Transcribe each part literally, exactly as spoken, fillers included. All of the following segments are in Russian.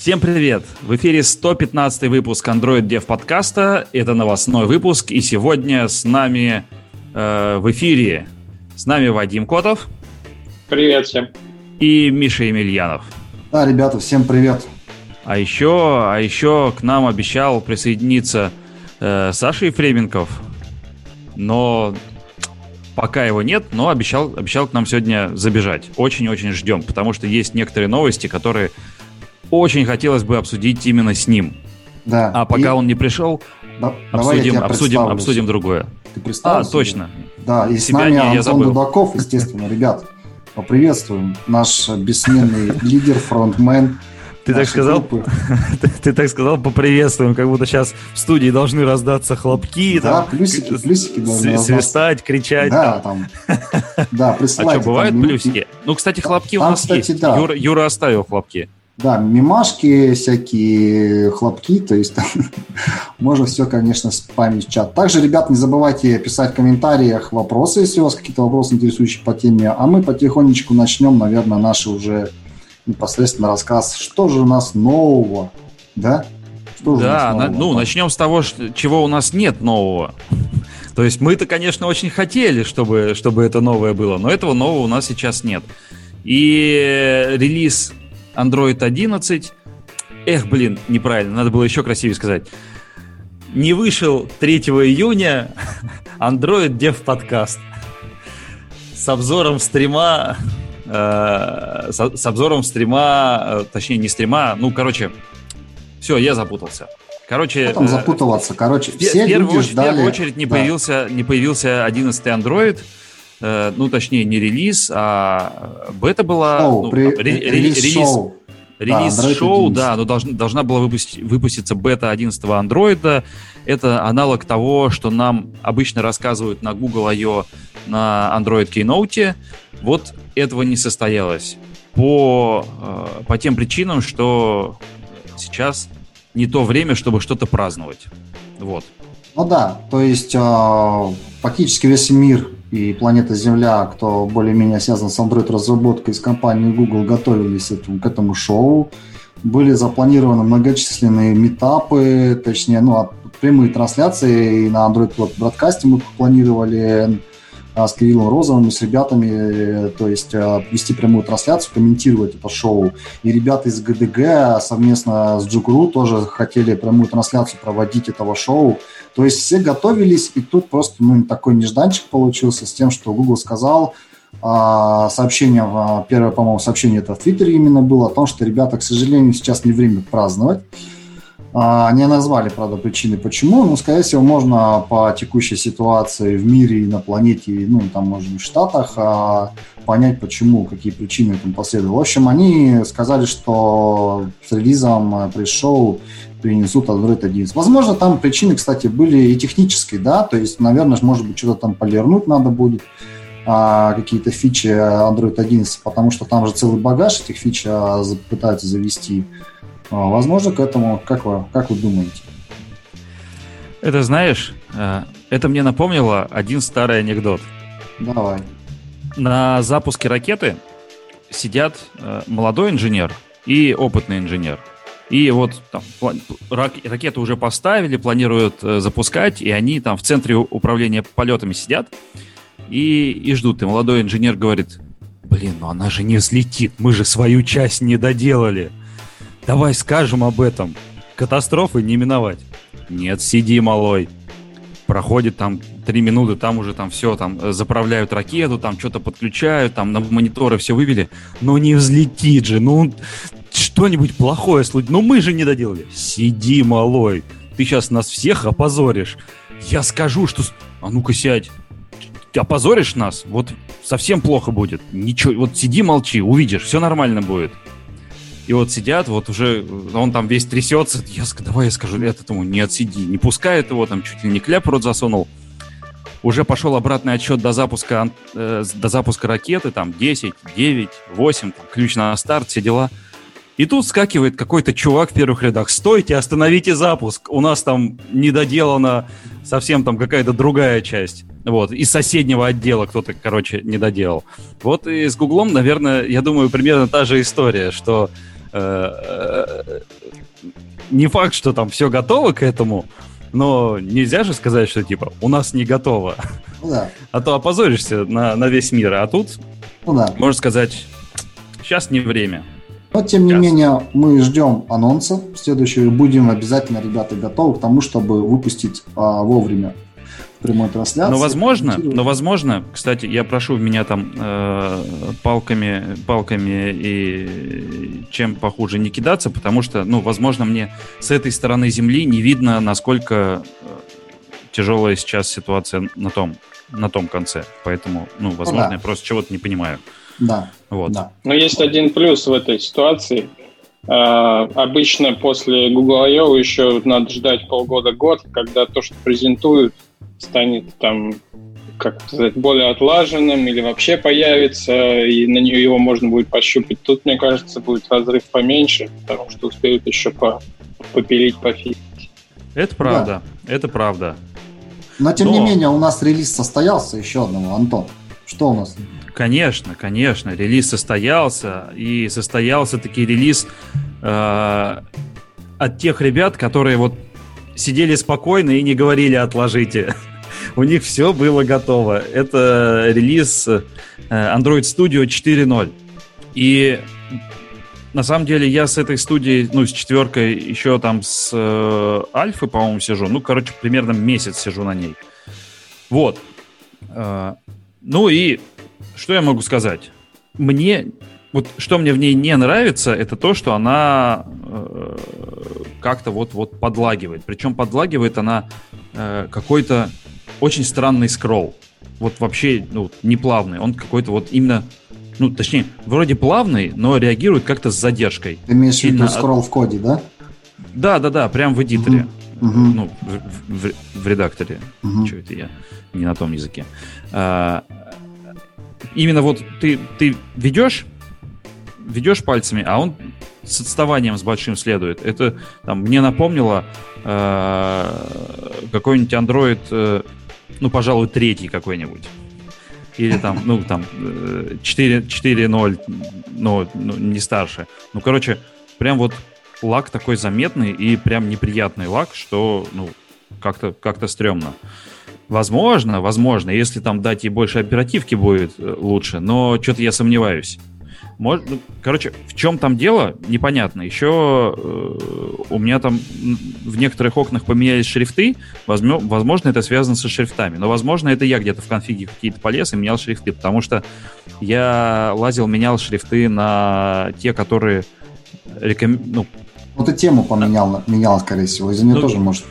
Всем привет! В эфире сто пятнадцатый выпуск Android Dev подкаста. Это новостной выпуск, и сегодня с нами э, в эфире с нами Вадим Котов. Привет всем. И Миша Емельянов. Да, ребята, всем привет. А еще, а еще к нам обещал присоединиться э, Саша Ефременков, но пока его нет, но обещал, обещал к нам сегодня забежать. Очень-очень ждем, потому что есть некоторые новости, которые очень хотелось бы обсудить именно с ним. Да. А пока и... он не пришел, да, обсудим, обсудим, обсудим другое. Ты представился? А, точно. Да, и Себя с нами не, Антон забыл. Дудаков, естественно, ребят. Поприветствуем. Наш бессменный лидер, фронтмен. Ты так сказал? Ты, ты так сказал, поприветствуем, как будто сейчас в студии должны раздаться хлопки, да, там, плюсики, плюсики должны свистать, кричать. Да, там. там. Да, присылайте. А что, бывают там, плюсики? Ну, кстати, хлопки там, у нас кстати, есть. да. Юра, Юра оставил хлопки. Да, мимашки, всякие хлопки, то есть там можно все, конечно, спамить в чат. Также, ребят, не забывайте писать в комментариях вопросы, если у вас какие-то вопросы, интересующие по теме, а мы потихонечку начнем, наверное, наши уже непосредственно рассказ, что же у нас нового, да? Что же да, у нас нового? На, ну, начнем с того, что, чего у нас нет нового. То есть мы-то, конечно, очень хотели, чтобы, чтобы это новое было, но этого нового у нас сейчас нет. И релиз Android одиннадцать, эх, блин, неправильно, надо было еще красивее сказать. Не вышел третьего июня Android Dev подкаст с обзором стрима, э, с, с обзором стрима, э, точнее не стрима, ну, короче, все, я запутался. Короче, Потом запутываться, короче, в, все в, первую, люди ждали... в первую очередь не, да. появился, не появился одиннадцатый Android. Ну, точнее, не релиз, а бета была... Шоу, ну, при... ре- релиз, релиз шоу. Релиз да, шоу, да, но должна, должна была выпустить, выпуститься бета одиннадцатого андроида. Это аналог того, что нам обычно рассказывают на Google ай о, на Android Keynote. Вот этого не состоялось. По, по тем причинам, что сейчас не то время, чтобы что-то праздновать. Вот. Ну да, то есть фактически весь мир и планета Земля, кто более-менее связан с Android-разработкой из компании Google, готовились этому, к этому шоу. Были запланированы многочисленные митапы, точнее, ну, прямые трансляции. И на Android-бродкасте мы планировали с Кириллом Розовым и с ребятами, то есть вести прямую трансляцию, комментировать это шоу. И ребята из джи ди джи совместно с Джукру тоже хотели прямую трансляцию проводить этого шоу. То есть все готовились, и тут просто ну, такой нежданчик получился с тем, что Google сказал, сообщение, первое, по-моему, сообщение это в Твиттере именно было, о том, что, ребята, к сожалению, сейчас не время праздновать. Не назвали, правда, причины, почему, но, скорее всего, можно по текущей ситуации в мире и на планете, ну, там, может быть, в Штатах, понять, почему, какие причины этому последовали. В общем, они сказали, что с релизом пресс-шоу принесут Android одиннадцать. Возможно, там причины, кстати, были и технические, да, то есть, наверное, может быть, что-то там полирнуть надо будет, какие-то фичи Android одиннадцать, потому что там же целый багаж этих фич пытаются завести. Возможно, к этому, как вы, как вы думаете? Это, знаешь, это мне напомнило один старый анекдот. Давай. На запуске ракеты сидят молодой инженер и опытный инженер. И вот там ракету уже поставили, планируют запускать, и они там в центре управления полетами сидят и, и ждут. И молодой инженер говорит: блин, ну она же не взлетит, мы же свою часть не доделали. Давай скажем об этом. Катастрофы не миновать. Нет, сиди, малой. Проходит там три минуты, там уже там все, там заправляют ракету, там что-то подключают, там на мониторы все вывели. Но не взлетит же, ну что-нибудь плохое случится. Ну мы же не доделали. Сиди, малой. Ты сейчас нас всех опозоришь. Я скажу, что... А ну-ка сядь. Ты опозоришь нас? Вот совсем плохо будет. Ничего, вот сиди, молчи, увидишь, все нормально будет. И вот сидят, вот уже он там весь трясется. Я, давай я скажу этому, нет, сиди. Не пускает его, там чуть ли не кляп в рот засунул. Уже пошел обратный отсчет до запуска, э, до запуска ракеты, там десять, девять, восемь, там, ключ на старт, все дела. И тут скакивает какой-то чувак в первых рядах. Стойте, остановите запуск. У нас там не доделана совсем там какая-то другая часть. Вот, из соседнего отдела кто-то, короче, не доделал. Вот и с Гуглом, наверное, я думаю, примерно та же история, что Не факт, что там все готово к этому, но нельзя же сказать, что типа у нас не готово. Ну, да. А то опозоришься на, на весь мир. А тут, ну, да. можно сказать, сейчас не время. Но, тем не сейчас. менее, мы ждем анонса следующего. Будем обязательно, ребята, готовы к тому, чтобы выпустить а, вовремя прямой трансляции. Но возможно, но возможно, кстати, я прошу меня там э, палками, палками и чем похуже не кидаться, потому что, ну, возможно, мне с этой стороны земли не видно, насколько тяжелая сейчас ситуация на том, на том конце. Поэтому, ну, возможно, да. я просто чего-то не понимаю. Да. Вот. Да. Но есть один плюс в этой ситуации. Uh, обычно после Google I O еще надо ждать полгода-год, когда то, что презентуют, станет там, как сказать, более отлаженным или вообще появится, и на нее его можно будет пощупать. Тут, мне кажется, будет разрыв поменьше, потому что успеют еще по, попилить, пофиксить. Это правда, да. это правда. Но, тем Но... не менее, у нас релиз состоялся еще одного, Антон. Что у нас? Конечно, конечно, релиз состоялся, и состоялся таки релиз э, от тех ребят, которые вот сидели спокойно и не говорили «отложите». У них все было готово. Это релиз э, Android Studio четыре ноль. И на самом деле я с этой студией, ну, с четверкой, еще там с э, альфы, по-моему, сижу. Ну, короче, примерно месяц сижу на ней. Вот. Э, ну и что я могу сказать? Мне, вот что мне в ней не нравится, это то, что она э, как-то вот-вот подлагивает. Причем подлагивает она э, какой-то очень странный скролл. Вот вообще, ну, не плавный. Он какой-то вот именно, ну, точнее, вроде плавный, но реагирует как-то с задержкой. Ты имеешь в виду скролл в коде, да? Да, да, да, прям в эдиторе. Uh-huh. Uh-huh. Ну, в, в, в редакторе. Uh-huh. Что это я? Не на том языке. А, именно вот ты, ты ведешь, ведешь пальцами, а он с отставанием с большим следует. Это там, мне напомнило э, какой-нибудь Android, э, ну, пожалуй, третий какой-нибудь. Или там, ну, там, четыре ноль, ну, ну, не старше. Ну, короче, прям вот лаг такой заметный и прям неприятный лаг, что, ну, как-то, как-то стрёмно. Возможно, возможно, если там дать ей больше оперативки, будет лучше, но что-то я сомневаюсь. Может, короче, в чем там дело, непонятно. Еще э, у меня там в некоторых окнах поменялись шрифты. Возможно, возможно, это связано со шрифтами. Но, возможно, это я где-то в конфиге какие-то полез и менял шрифты. Потому что я лазил, менял шрифты на те, которые реком... ну, ну, ты тему поменял, а... менял, скорее всего. Из-за нее ну, тоже может...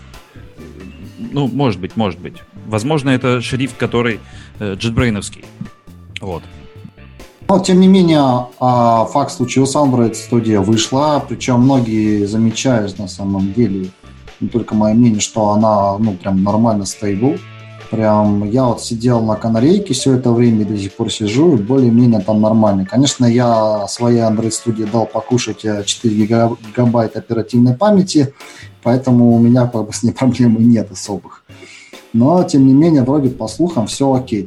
Ну, может быть, может быть. Возможно, это шрифт, который э, джетбрейновский. Вот. Но, тем не менее, факт случился, Android Studio вышла, причем многие замечают на самом деле, не только мое мнение, что она, ну, прям нормально стейбл. Прям я вот сидел на канарейке все это время и до сих пор сижу, и более-менее там нормально. Конечно, я своей Android Studio дал покушать четыре гигабайта оперативной памяти, поэтому у меня как бы с ней проблемы нет особых. Но, тем не менее, вроде по слухам все окей.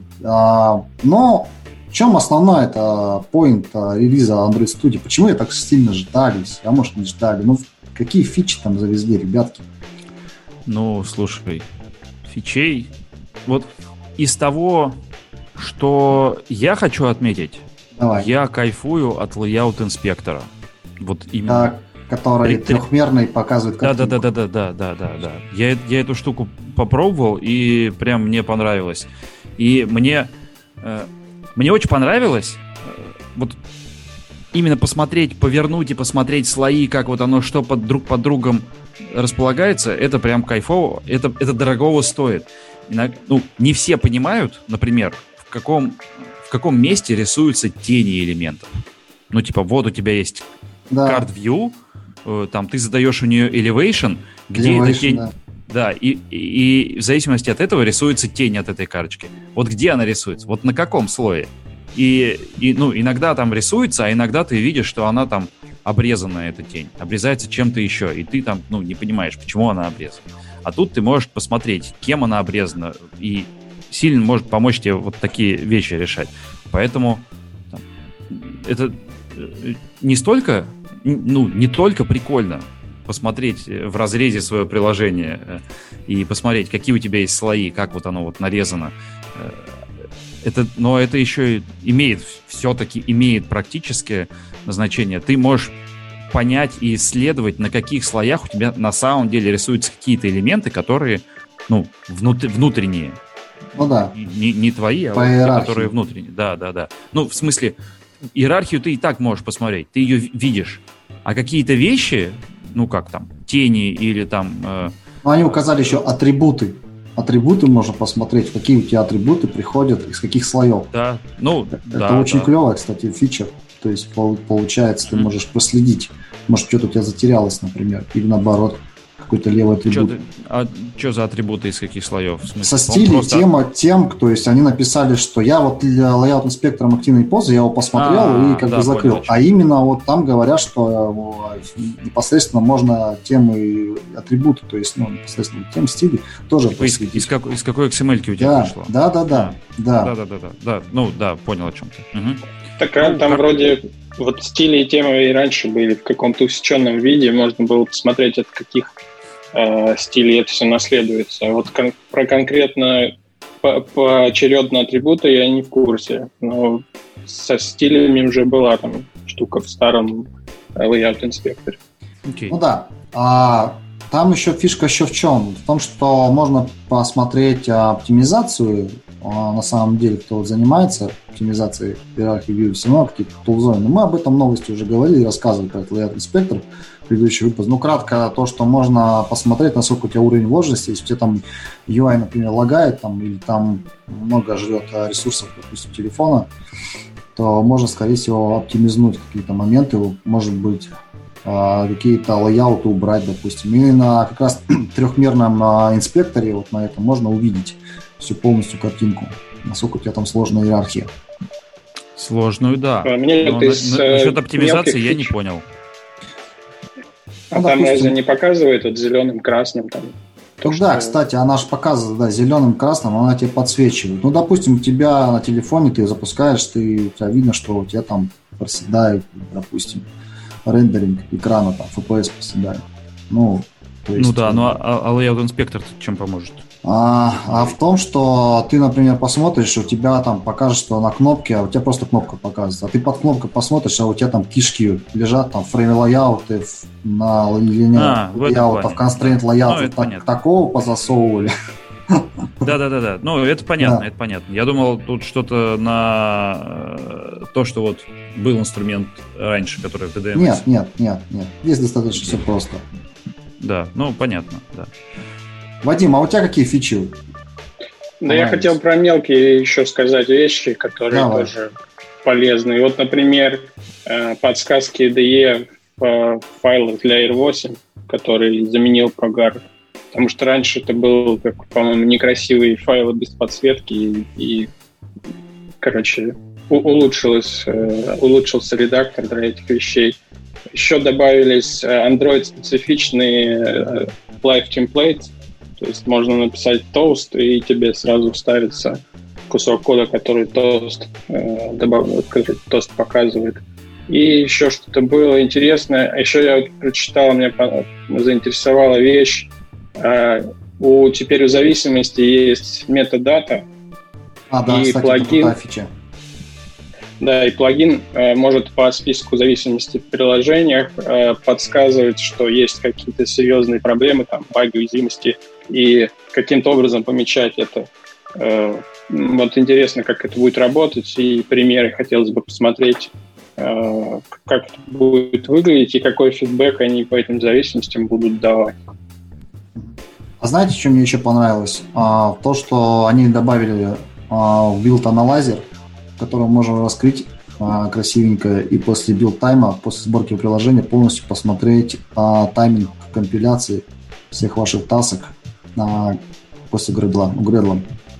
Но в чем основная это point релиза Android Studio? Почему я так сильно ждались? А может, не ждали? Ну, какие фичи там завезли, ребятки? Ну, слушай, фичей... Вот из того, что я хочу отметить, Давай. я кайфую от Layout инспектора. Вот именно. Да, который При... трехмерный показывает картинку. Да, да, да, да, да, да, да, да. Я, я эту штуку попробовал, и прям мне понравилось. И мне, э, мне очень понравилось э, вот именно посмотреть, повернуть и посмотреть слои, как вот оно что под, друг под другом располагается, это прям кайфово, это, это дорогого стоит. Иногда, ну, не все понимают, например, в каком, в каком месте рисуются тени элементов. Ну, типа, вот у тебя есть да. Card View, э, там ты задаешь у нее Elevation, где elevation, эта тень... Да, да и, и, и в зависимости от этого рисуется тень от этой карточки. Вот где она рисуется? Вот на каком слое? И, и ну, иногда там рисуется, а иногда ты видишь, что она там обрезанная, эта тень. Обрезается чем-то еще, и ты там, ну, не понимаешь, почему она обрезана. А тут ты можешь посмотреть, кем она обрезана, и сильно может помочь тебе вот такие вещи решать. Поэтому там, это не столько ну, не только прикольно посмотреть в разрезе свое приложение и посмотреть, какие у тебя есть слои, как вот оно вот нарезано. Это, но это еще имеет, все-таки имеет практическое значение. Ты можешь понять и исследовать, на каких слоях у тебя на самом деле рисуются какие-то элементы, которые, ну, внут- внутренние. Ну да. Не, не твои, а по вот те, иерархии. которые внутренние. Да, да, да. Ну, в смысле, иерархию ты и так можешь посмотреть, ты ее видишь. А какие-то вещи, ну как там, тени или там... Э... Ну, они указали еще атрибуты. Атрибуты можно посмотреть, какие у тебя атрибуты приходят, из каких слоев. Да, ну, Это да, очень да. клевая, кстати, фича. То есть, получается, ты можешь проследить. Может, что-то у тебя затерялось, например, или наоборот, какой-то левый атрибут. Что, а, что за атрибуты из каких слоев? В смысле, Со стилей, просто... тема, тем, то есть они написали, что я вот для лайаут инспектором активной позы, я его посмотрел А, и как да, бы закрыл. понял. А именно вот там говорят, что непосредственно можно темы, атрибуты, то есть ну, непосредственно тем, стили тоже Типа из, из, как, из какой икс эм эль-ки у тебя да, пришло? да, да, да, да. Да, да, да, да, да. Ну, да, понял о чем ты. Угу. Так а Ну, там как- вроде вот стили и темы и раньше были в каком-то усеченном виде, можно было посмотреть, от каких э, стилей это все наследуется. А вот кон- про конкретно по- поочередно атрибуты я не в курсе, но со стилями уже была там штука в старом Layout Inspector. Окей. Ну да. А там еще фишка еще в чем? В том, что можно посмотреть оптимизацию. А, на самом деле, кто вот занимается оптимизацией иерархии Vue, все равно какие-то тулзоны. Но мы об этом новости уже говорили, рассказывали про этот Layout Inspector в предыдущий выпуск. Ну, кратко, то, что можно посмотреть, насколько у тебя уровень вложенности. Если у тебя там ю ай, например, лагает, там, или там много жрет ресурсов, допустим, телефона, то можно, скорее всего, оптимизнуть какие-то моменты. Может быть, какие-то лайауты убрать, допустим. И на как раз трехмерном инспекторе, вот на этом, можно увидеть всю полностью картинку, насколько у тебя там сложная иерархия. Сложную, да. А мне Но вот на- из, на- э, насчет оптимизации мелких я не фич. понял. А Ну, там допустим- разве не показывает вот зеленым, красным там? То, Ну да, что- кстати, она же показывает, да, зеленым, красным, она тебе подсвечивает. Ну, допустим, у тебя на телефоне ты запускаешь, ты, у тебя видно, что у тебя там проседает, допустим, рендеринг экрана, там, эф пи эс проседает. Ну, то есть, Ну да, ну а, а Layout Inspector чем поможет? А, а в том, что ты, например, посмотришь, у тебя там покажет, что на кнопке, а у тебя просто кнопка показывается. А ты под кнопкой посмотришь, а у тебя там кишки лежат, там фрейм лайауты на линейных А, в этом лайаутов, плане. constraint Ну, лайаутов это так- понятно. такого позасовывали. Да-да-да-да. Ну, это понятно, Да. это понятно. Я думал, тут что-то на э, то, что вот был инструмент раньше, который в ди ди эм. Нет, нет, нет, нет. Здесь достаточно все просто. Да, ну, понятно, да. Вадим, а у тебя какие фичи? Да, я Понравилось. хотел про мелкие еще сказать вещи, которые Давай. тоже полезны. Вот, например, э, подсказки ди и в файлах для ай ар восемь, который заменил Прогар. Потому что раньше это был, как, по-моему, некрасивые файлы без подсветки, и, и, короче, у- улучшилось, э, улучшился редактор для этих вещей. Еще добавились э, Android-специфичные э, live templates. То есть можно написать тост, и тебе сразу вставится кусок кода, который тост, э, добав... который тост показывает. И еще что-то было интересное. А еще я вот прочитал, меня по- заинтересовала вещь. Э, у, теперь у зависимости есть метадата. А, да, И кстати, это плагин. крутая фича. Да, и плагин э, может по списку зависимостей в приложениях э, подсказывать, что есть какие-то серьезные проблемы, там, баги, уязвимости, и каким-то образом помечать это. Э, вот интересно, как это будет работать, и примеры хотелось бы посмотреть, э, как это будет выглядеть, и какой фидбэк они по этим зависимостям будут давать. А знаете, что мне еще понравилось? А, то, что они добавили а, в Build Analyzer, который можно раскрыть а, красивенько и после билд-тайма, после сборки приложения полностью посмотреть а, тайминг компиляции всех ваших тасок а, после гредла, гредла.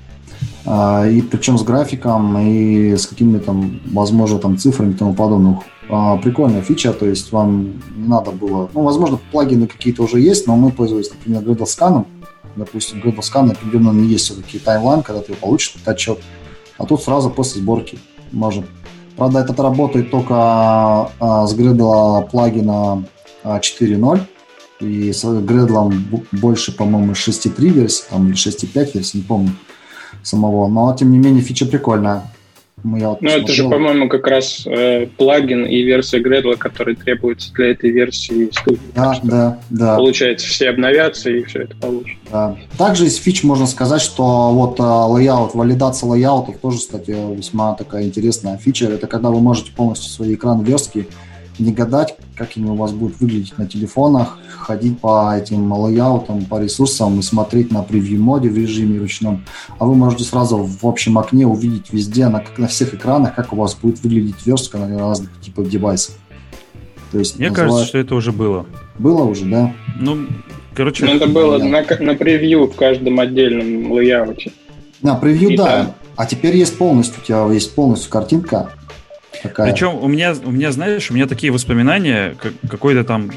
А, и причем с графиком и с какими-то, возможно, там цифрами и тому подобное. А, прикольная фича, то есть вам не надо было... Ну, возможно, плагины какие-то уже есть, но мы пользовались, например, Gradle Scan. Допустим, Gradle Scan определенно не есть все-таки таймлайн, когда ты получишь этот отчет. А тут сразу после сборки можно Правда, это работает только а, с Gradle плагина четыре ноль. И с Gradle больше, по-моему, шесть точка три версии, там, или шесть точка пять версии, не помню самого. Но, тем не менее, фича прикольная. Вот ну, это же, по-моему, как раз э, плагин и версия Gradle, которые требуются для этой версии студии. Да, да, да. Получается, все обновятся, и все это получится. Да. Также из фич можно сказать, что вот лейаут, валидация лейаутов тоже, кстати, весьма такая интересная фича. Это когда вы можете полностью свои экраны верстки не гадать, как они у вас будут выглядеть на телефонах, ходить по этим лейаутам, по ресурсам и смотреть на превью-моде в режиме ручном. А вы можете сразу в общем окне увидеть везде, на, на всех экранах, как у вас будет выглядеть верстка на разных типах девайсов. То есть, Мне называют... кажется, что это уже было. Было уже, да? Ну, короче... Ну, это было на, на превью в каждом отдельном лейауте. На превью, да. Там... А теперь есть полностью, у тебя есть полностью картинка. Такая. Причем у меня, у меня, знаешь, у меня такие воспоминания, как, какой-то там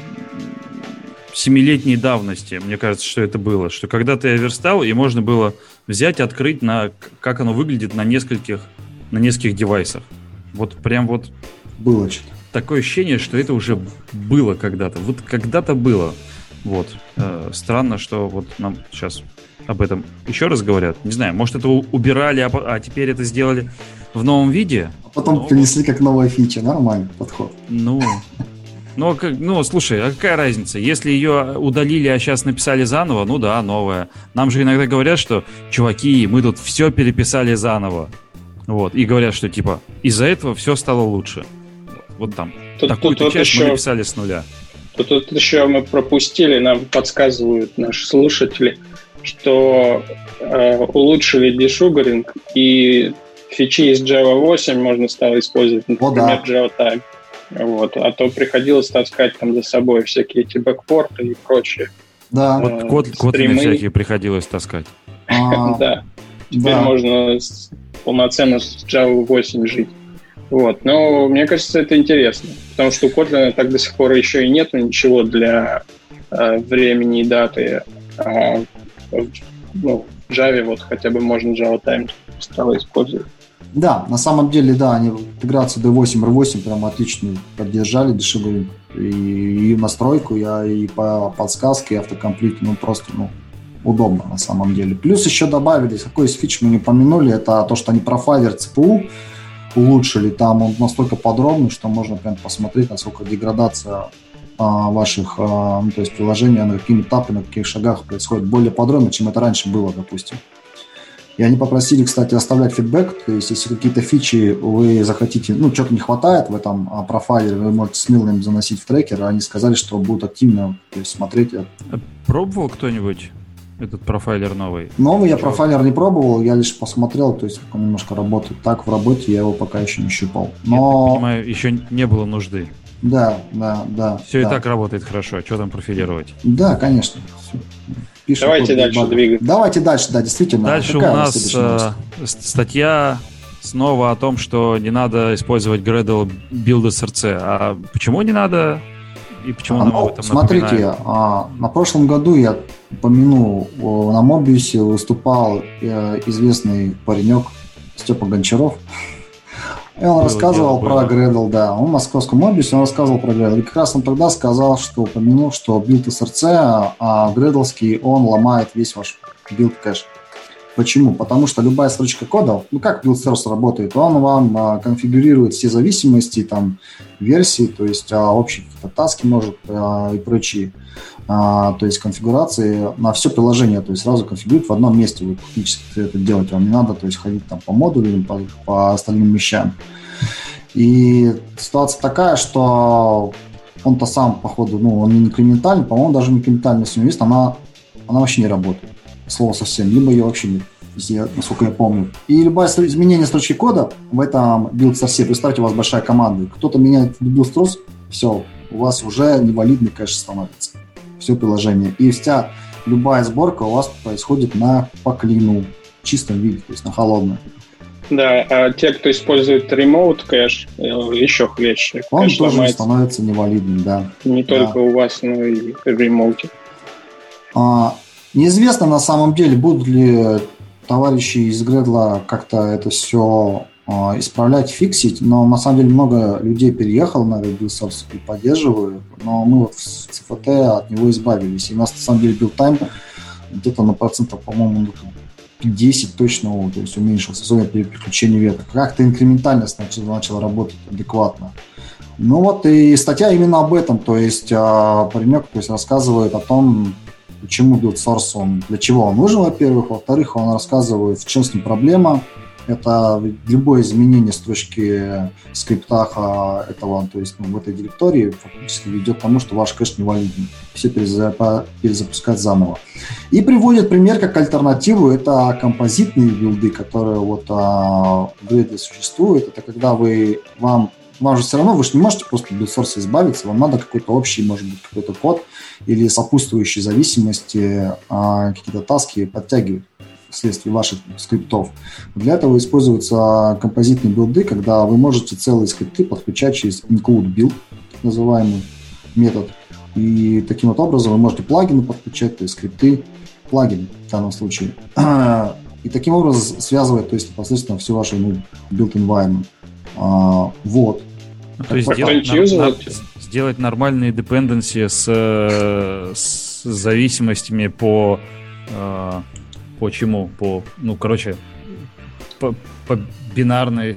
семилетней давности, мне кажется, что это было, что когда-то я верстал, и можно было взять, открыть, на, как оно выглядит на нескольких, на нескольких девайсах. Вот прям вот... Было что-то. Такое ощущение, что это уже было когда-то. Вот когда-то было. Вот. Э, странно, что вот нам сейчас об этом еще раз говорят. Не знаю, может, это убирали, а, а теперь это сделали в новом виде. А потом ну, принесли как новая фича. Нормальный подход. Ну, ну, как, ну, слушай, а какая разница? Если ее удалили, а сейчас написали заново, ну да, новая. Нам же иногда говорят, что, чуваки, мы тут все переписали заново. Вот. И говорят, что, типа, из-за этого все стало лучше. Вот там. Тут, такую-то тут, часть еще, мы написали с нуля. Тут, тут еще мы пропустили, нам подсказывают наши слушатели, что э, улучшили дешугаринг, и фичи из Java восемь можно стало использовать, например, да. Java Time. Вот. А то приходилось таскать там за собой всякие эти бэкпорты и прочее. Да. Вот код, котлины всякие приходилось таскать. Да. Теперь можно полноценно с Java восемь жить. Вот. Но мне кажется, это интересно, потому что у Kotlin так до сих пор еще и нет ничего для э, времени и даты. А ну, в Java вот хотя бы можно Java Time стало использовать. Да, на самом деле, да, они интеграцию ди восемь, эр восемь прям отлично поддержали, дешевле и, и настройку, и по подсказке, и автокомплит, ну просто, ну, удобно на самом деле. Плюс еще добавили, какой из фич мы не упомянули, это то, что они профайлер си пи ю улучшили, там он настолько подробный, что можно прям посмотреть, насколько деградация а, ваших, а, ну, то есть приложения, на каких этапах, на каких шагах происходит более подробно, чем это раньше было, допустим. И они попросили, кстати, оставлять фидбэк, то есть если какие-то фичи вы захотите, ну, что-то не хватает в этом а, профайле, вы можете смело им заносить в трекер, а они сказали, что будут активно, то есть, смотреть. Пробовал кто-нибудь этот профайлер новый? Новый я Чего? профайлер не пробовал, я лишь посмотрел, то есть как он немножко работает. Так, в работе я его пока еще не щупал. Но... Я понимаю, еще не было нужды. Да, да, да. Все да. и так работает хорошо, что там профилировать? Да, конечно. Пишем. Давайте дальше двигаться. Давайте дальше, да, действительно. Дальше Какая у нас э, статья снова о том, что не надо использовать Gradle build.src. А почему не надо? И почему а, нам ну, об этом смотрите, а, на прошлом году я упомянул, на Мобиусе выступал э, известный паренек Степа Гончаров. И он было рассказывал дело, про Gradle, да. Он в московском Мобиусе, он рассказывал про Gradle. И как раз он тогда сказал, что упомянул, что build.src, а Gradle'ский, он ломает весь ваш билд-кэш. Почему? Потому что любая строчка кода, ну как build.src работает, он вам а, конфигурирует все зависимости, там, версии, то есть а, общие какие-то таски может а, и прочие. А, то есть конфигурации на все приложение, то есть сразу конфигурирует в одном месте, вы фактически это делать вам не надо, то есть ходить там по модулям, по, по остальным вещам. И ситуация такая, что он-то сам, походу, ну, он не инкрементальный, по-моему, даже инкрементальная есть, она, она вообще не работает. Слово совсем, либо ее вообще нет, если, насколько я помню. И любое изменение строчки кода в этом build.src, представьте, у вас большая команда, кто-то меняет build.src, все, у вас уже невалидный кэш становится, все приложение. И вся, любая сборка у вас происходит на по клину, в чистом виде, то есть на холодном. Да, а те, кто использует remote кэш, еще хлеще. Он кэш тоже ломается. Становится невалидным, да. Не да. только у вас, но и в ремоуте. А, неизвестно на самом деле, будут ли товарищи из Gradle как-то это все исправлять, фиксить, но на самом деле много людей переехало на этот build source и поддерживаю, но мы вот в си эф ти от него избавились. И у нас на самом деле build time где-то на процентов, по-моему, десять точно, то есть уменьшился, особенно при переключении веток. Как-то инкрементальность начала, начала работать адекватно. Ну вот и статья именно об этом, то есть паренек, то есть рассказывает о том, почему build source, он, для чего он нужен, во-первых, во-вторых, он рассказывает, в чем с ним проблема. Это любое изменение строчки в скриптах этого, то есть ну, в этой директории фактически ведет к тому, что ваш кэш невалиден. Все перезапускать заново. И приводит пример как альтернативу. Это композитные билды, которые вот а, в Gradle существуют. Это когда вы, вам, вам же все равно, вы же не можете просто build source избавиться, вам надо какой-то общий, может быть, какой-то код или сопутствующие зависимости, а, какие-то таски подтягивать вследствие ваших скриптов. Для этого используются композитные билды, когда вы можете целые скрипты подключать через include build, так называемый метод. И таким вот образом вы можете плагины подключать, то есть скрипты, плагины в данном случае. И таким образом связывать, то есть непосредственно всю вашу ну, build environment. А, вот. Ну, то есть сделать, нар- нар- сделать нормальные dependency с, с зависимостями по По чему? По, ну, короче, по, по бинарной,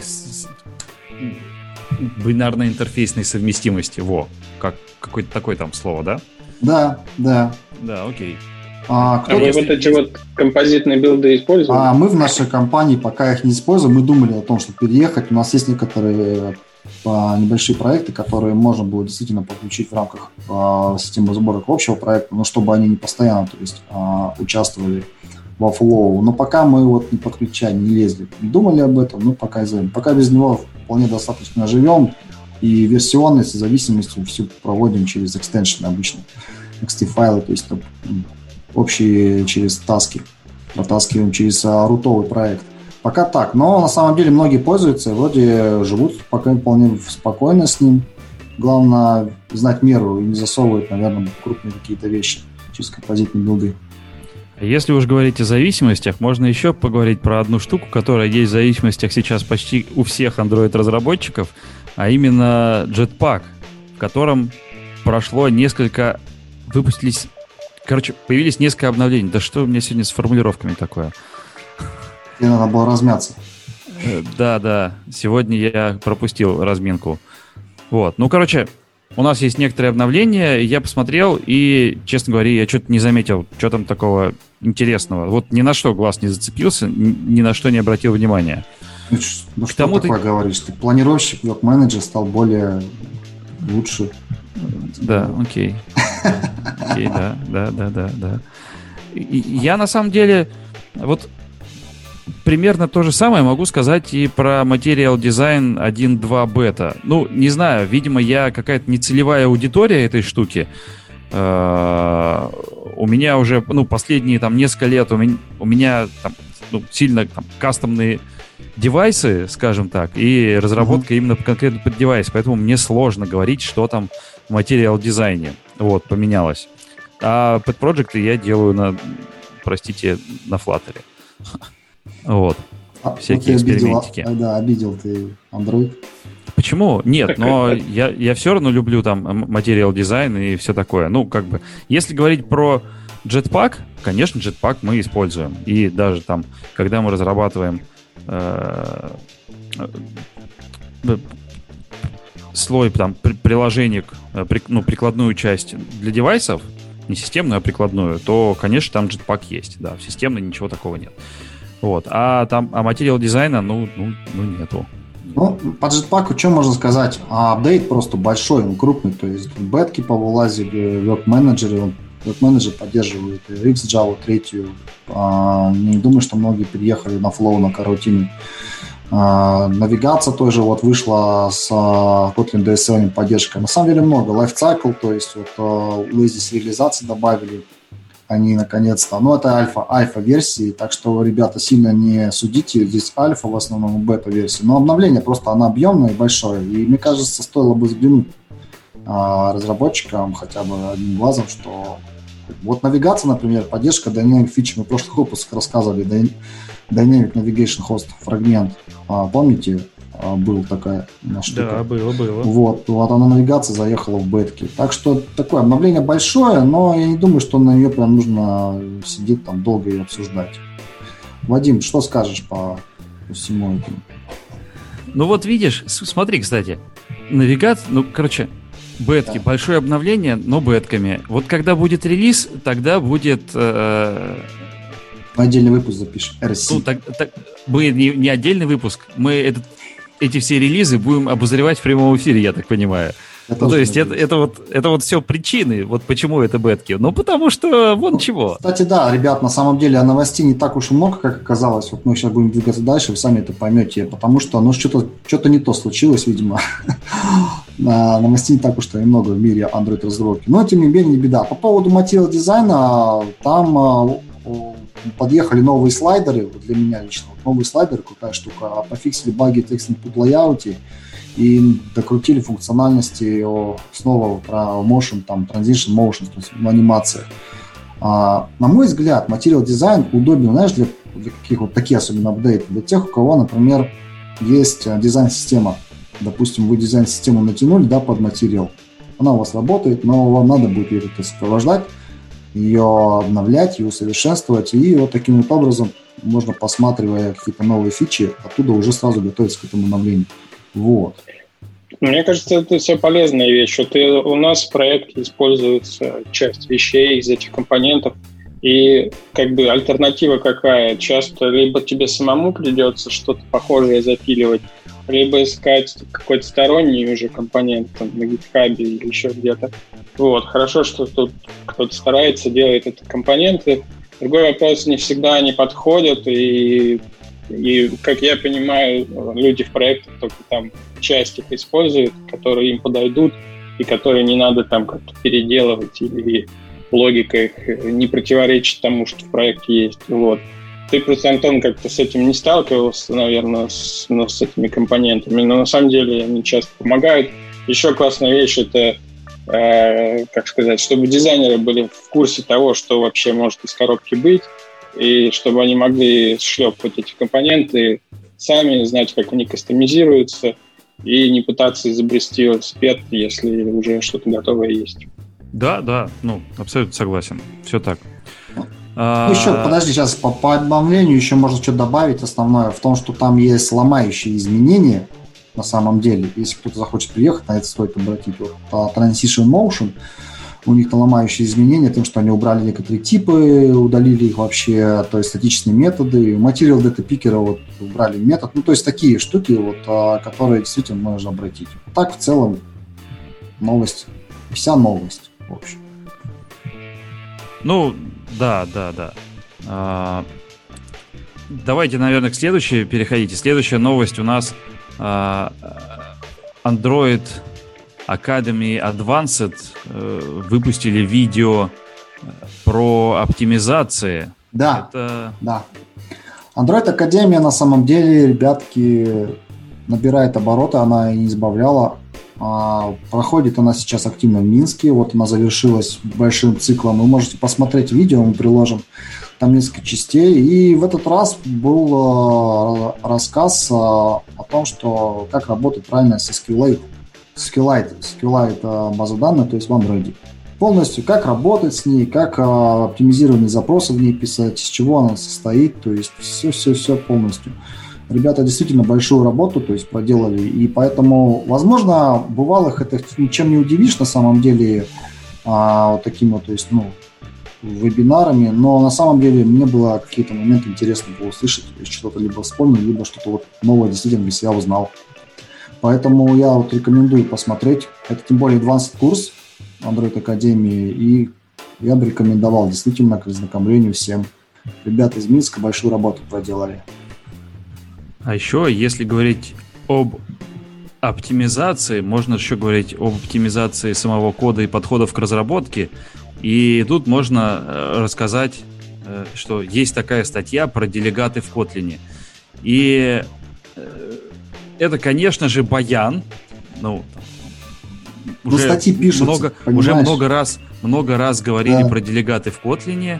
бинарной интерфейсной совместимости. Во, как какое-то такое там слово, да? Да, да. Да, окей. А, а вы вот эти вот композитные билды используете? А мы в нашей компании пока их не используем. Мы думали о том, чтобы переехать. У нас есть некоторые небольшие проекты, которые можно было действительно подключить в рамках а, системы сборок общего проекта, но чтобы они не постоянно, то есть, а, участвовали во флоу. Но пока мы вот не подключали, не лезли. Думали об этом, но пока издаем. Пока без него вполне достаточно живем. И версионность, зависимостью всю проводим через экстеншены обычно. икс ти-файлы, то есть там, общие через таски. Протаскиваем через а, рутовый проект. Пока так. Но на самом деле многие пользуются и вроде живут пока вполне спокойно с ним. Главное знать меру и не засовывать, наверное, крупные какие-то вещи через композитные билды. Если уж говорить о зависимостях, можно еще поговорить про одну штуку, которая есть в зависимостях сейчас почти у всех Android-разработчиков, а именно Jetpack, в котором прошло несколько... Выпустились... Короче, появились несколько обновлений. Да что у меня сегодня с формулировками такое? Тебе надо было размяться. Да, да. Сегодня я пропустил разминку. Вот. Ну, короче... У нас есть некоторые обновления, я посмотрел, и, честно говоря, я что-то не заметил, что там такого интересного. Вот ни на что глаз не зацепился, ни на что не обратил внимания. Ну, ну что такое ты... говоришь? Ты планировщик, веб-менеджер стал более лучше. Да, окей. Окей, да, да, да, да, да. Я на самом деле, вот примерно то же самое могу сказать и про Material Design один точка два бета. Ну, не знаю, видимо, я какая-то нецелевая аудитория этой штуки. Uh, у меня уже, ну, последние там несколько лет у меня, у меня там, ну, сильно там, кастомные девайсы, скажем так, и разработка mm-hmm. именно конкретно под девайс, поэтому мне сложно говорить, что там в Material Design вот, поменялось. А под проекты я делаю на, простите, на Flutter. Вот. А, всякие экспериментики. Обидел, да, обидел ты Android. Почему? Нет, но я, я все равно люблю там Material Design и все такое. Ну, как бы, если говорить про Jetpack, конечно, Jetpack мы используем. И даже там, когда мы разрабатываем э, э, слой там при, приложений, при, ну, прикладную часть для девайсов, не системную, а прикладную, то, конечно, там Jetpack есть. Да, в системной ничего такого нет. Вот. А там, а Material Design, ну, ну, ну нету. Ну, по Jetpack что можно сказать? А апдейт просто большой, он крупный, то есть бетки повылазили, веб-менеджеры, веб-менеджер поддерживает X-Java третью. А, не думаю, что многие переехали на Flow, на карутину. А, навигация тоже вот вышла с Kotlin ди эс эл поддержкой. На самом деле много. Lifecycle, то есть вот lazy сериализации добавили. Они наконец-то, ну это альфа, альфа-версии, так что, ребята, сильно не судите, здесь альфа в основном бета-версии, но обновление просто, оно объемное и большое, и мне кажется, стоило бы взглянуть а, разработчикам хотя бы одним глазом, что Вот навигация, например, поддержка Dynamic Feature. Мы в прошлых выпусках рассказывали Dynamic Navigation Host фрагмент. А, помните, была такая штука? Да, было, было. Вот, вот она навигация заехала в бетки. Так что такое обновление большое, но я не думаю, что на нее прям нужно сидеть там долго и обсуждать. Вадим, что скажешь по, по всему этому? Ну вот видишь, смотри, кстати, навигация, ну, короче, бетки, да. Большое обновление, но бетками. Вот когда будет релиз, тогда будет... Э... Отдельный выпуск запишем. эр эс си. Ну, так, так, мы не, не отдельный выпуск, мы этот, эти все релизы будем обозревать в прямом эфире, я так понимаю. Ну, то есть это, это, вот, это вот все причины, вот почему это бетки. Ну, потому что вон ну, чего. Кстати, да, ребят, на самом деле новостей не так уж и много, как оказалось. Вот мы сейчас будем двигаться дальше, вы сами это поймете. Потому что, ну, что-то, что-то не то случилось, видимо. Новостей не так уж и много в мире Android-разработки. Но, тем не менее, не беда. По поводу материал дизайна, там подъехали новые слайдеры. Для меня лично новые слайдеры, крутая штука. Пофиксили баги в Text Input Layout. И докрутили функциональности о, снова про motion, там, transition motion, то есть в анимации. А, на мой взгляд, материал дизайн удобен, знаешь, для, для каких вот таких особенно апдейтов, для тех, у кого, например, есть дизайн-система. Допустим, вы дизайн-систему натянули, да, под материал. Она у вас работает, но вам надо будет ее как-то сопровождать, ее обновлять, ее усовершенствовать. И вот таким вот образом можно, посматривая какие-то новые фичи, оттуда уже сразу готовиться к этому обновлению. Вот. Мне кажется, это все полезная вещь. Вот и у нас в проекте используется часть вещей из этих компонентов. И как бы альтернатива какая? Часто либо тебе самому придется что-то похожее запиливать, либо искать какой-то сторонний уже компонент там, на GitHub или еще где-то. Вот. Хорошо, что тут кто-то старается, делает эти компоненты. Другой вопрос, не всегда они подходят, и И, как я понимаю, люди в проектах только там часть их используют, которые им подойдут, и которые не надо там как-то переделывать, или логика их не противоречит тому, что в проекте есть. Вот. Ты просто, Антон, как-то с этим не сталкивался, наверное, с, ну, с этими компонентами, но на самом деле они часто помогают. Еще классная вещь — это, э, как сказать, чтобы дизайнеры были в курсе того, что вообще может из коробки быть, и чтобы они могли шлепать эти компоненты сами, знать, как они кастомизируются, и не пытаться изобрести велосипед, если уже что-то готовое есть. Да, да, ну, абсолютно согласен. Все так. Ну, а... еще, подожди, сейчас по, по обновлению еще можно что-то добавить. Основное в том, что там есть ломающие изменения на самом деле. Если кто-то захочет приехать, на это стоит обратить. Вот, Transition Motion. У них там ломающие изменения тем, что они убрали некоторые типы, удалили их вообще, то есть статичные методы. Material Data Picker вот убрали метод. Ну, то есть такие штуки, вот, которые действительно можно обратить. Так в целом новость, вся новость, в общем. Ну, да, да, да. А, давайте, наверное, к следующей переходите. Следующая новость у нас а, Android Academy Advanced э, выпустили видео про оптимизации. Да, Это... да. Android Академия на самом деле, ребятки, набирает обороты, она и не избавляла. А, проходит она сейчас активно в Минске, вот она завершилась большим циклом. Вы можете посмотреть видео, мы приложим там несколько частей. И в этот раз был э, рассказ э, о том, что как работать правильно со SQLite. SQLite, SQLite это база данных, то есть в Android. Полностью, как работать с ней, как а, оптимизированные запросы в ней писать, из чего она состоит, то есть все-все-все полностью. Ребята действительно большую работу, то есть проделали, и поэтому, возможно, бывалых это ничем не удивишь на самом деле а, вот такими вот, то есть, ну, вебинарами, но на самом деле мне было какие-то моменты интересно было услышать, то есть что-то либо вспомнил, либо что-то вот новое действительно для себя узнал. Поэтому я вот рекомендую посмотреть. Это тем более advanced курс Android Академии, и я бы рекомендовал действительно к ознакомлению всем. Ребята из Минска большую работу проделали. А еще, если говорить об оптимизации, можно еще говорить об оптимизации самого кода и подходов к разработке. И тут можно рассказать, что есть такая статья про делегаты в Kotlin. И это, конечно же, баян. Ну, уже, статьи пишутся, много, уже много раз много раз говорили Да. про делегаты в Kotlin,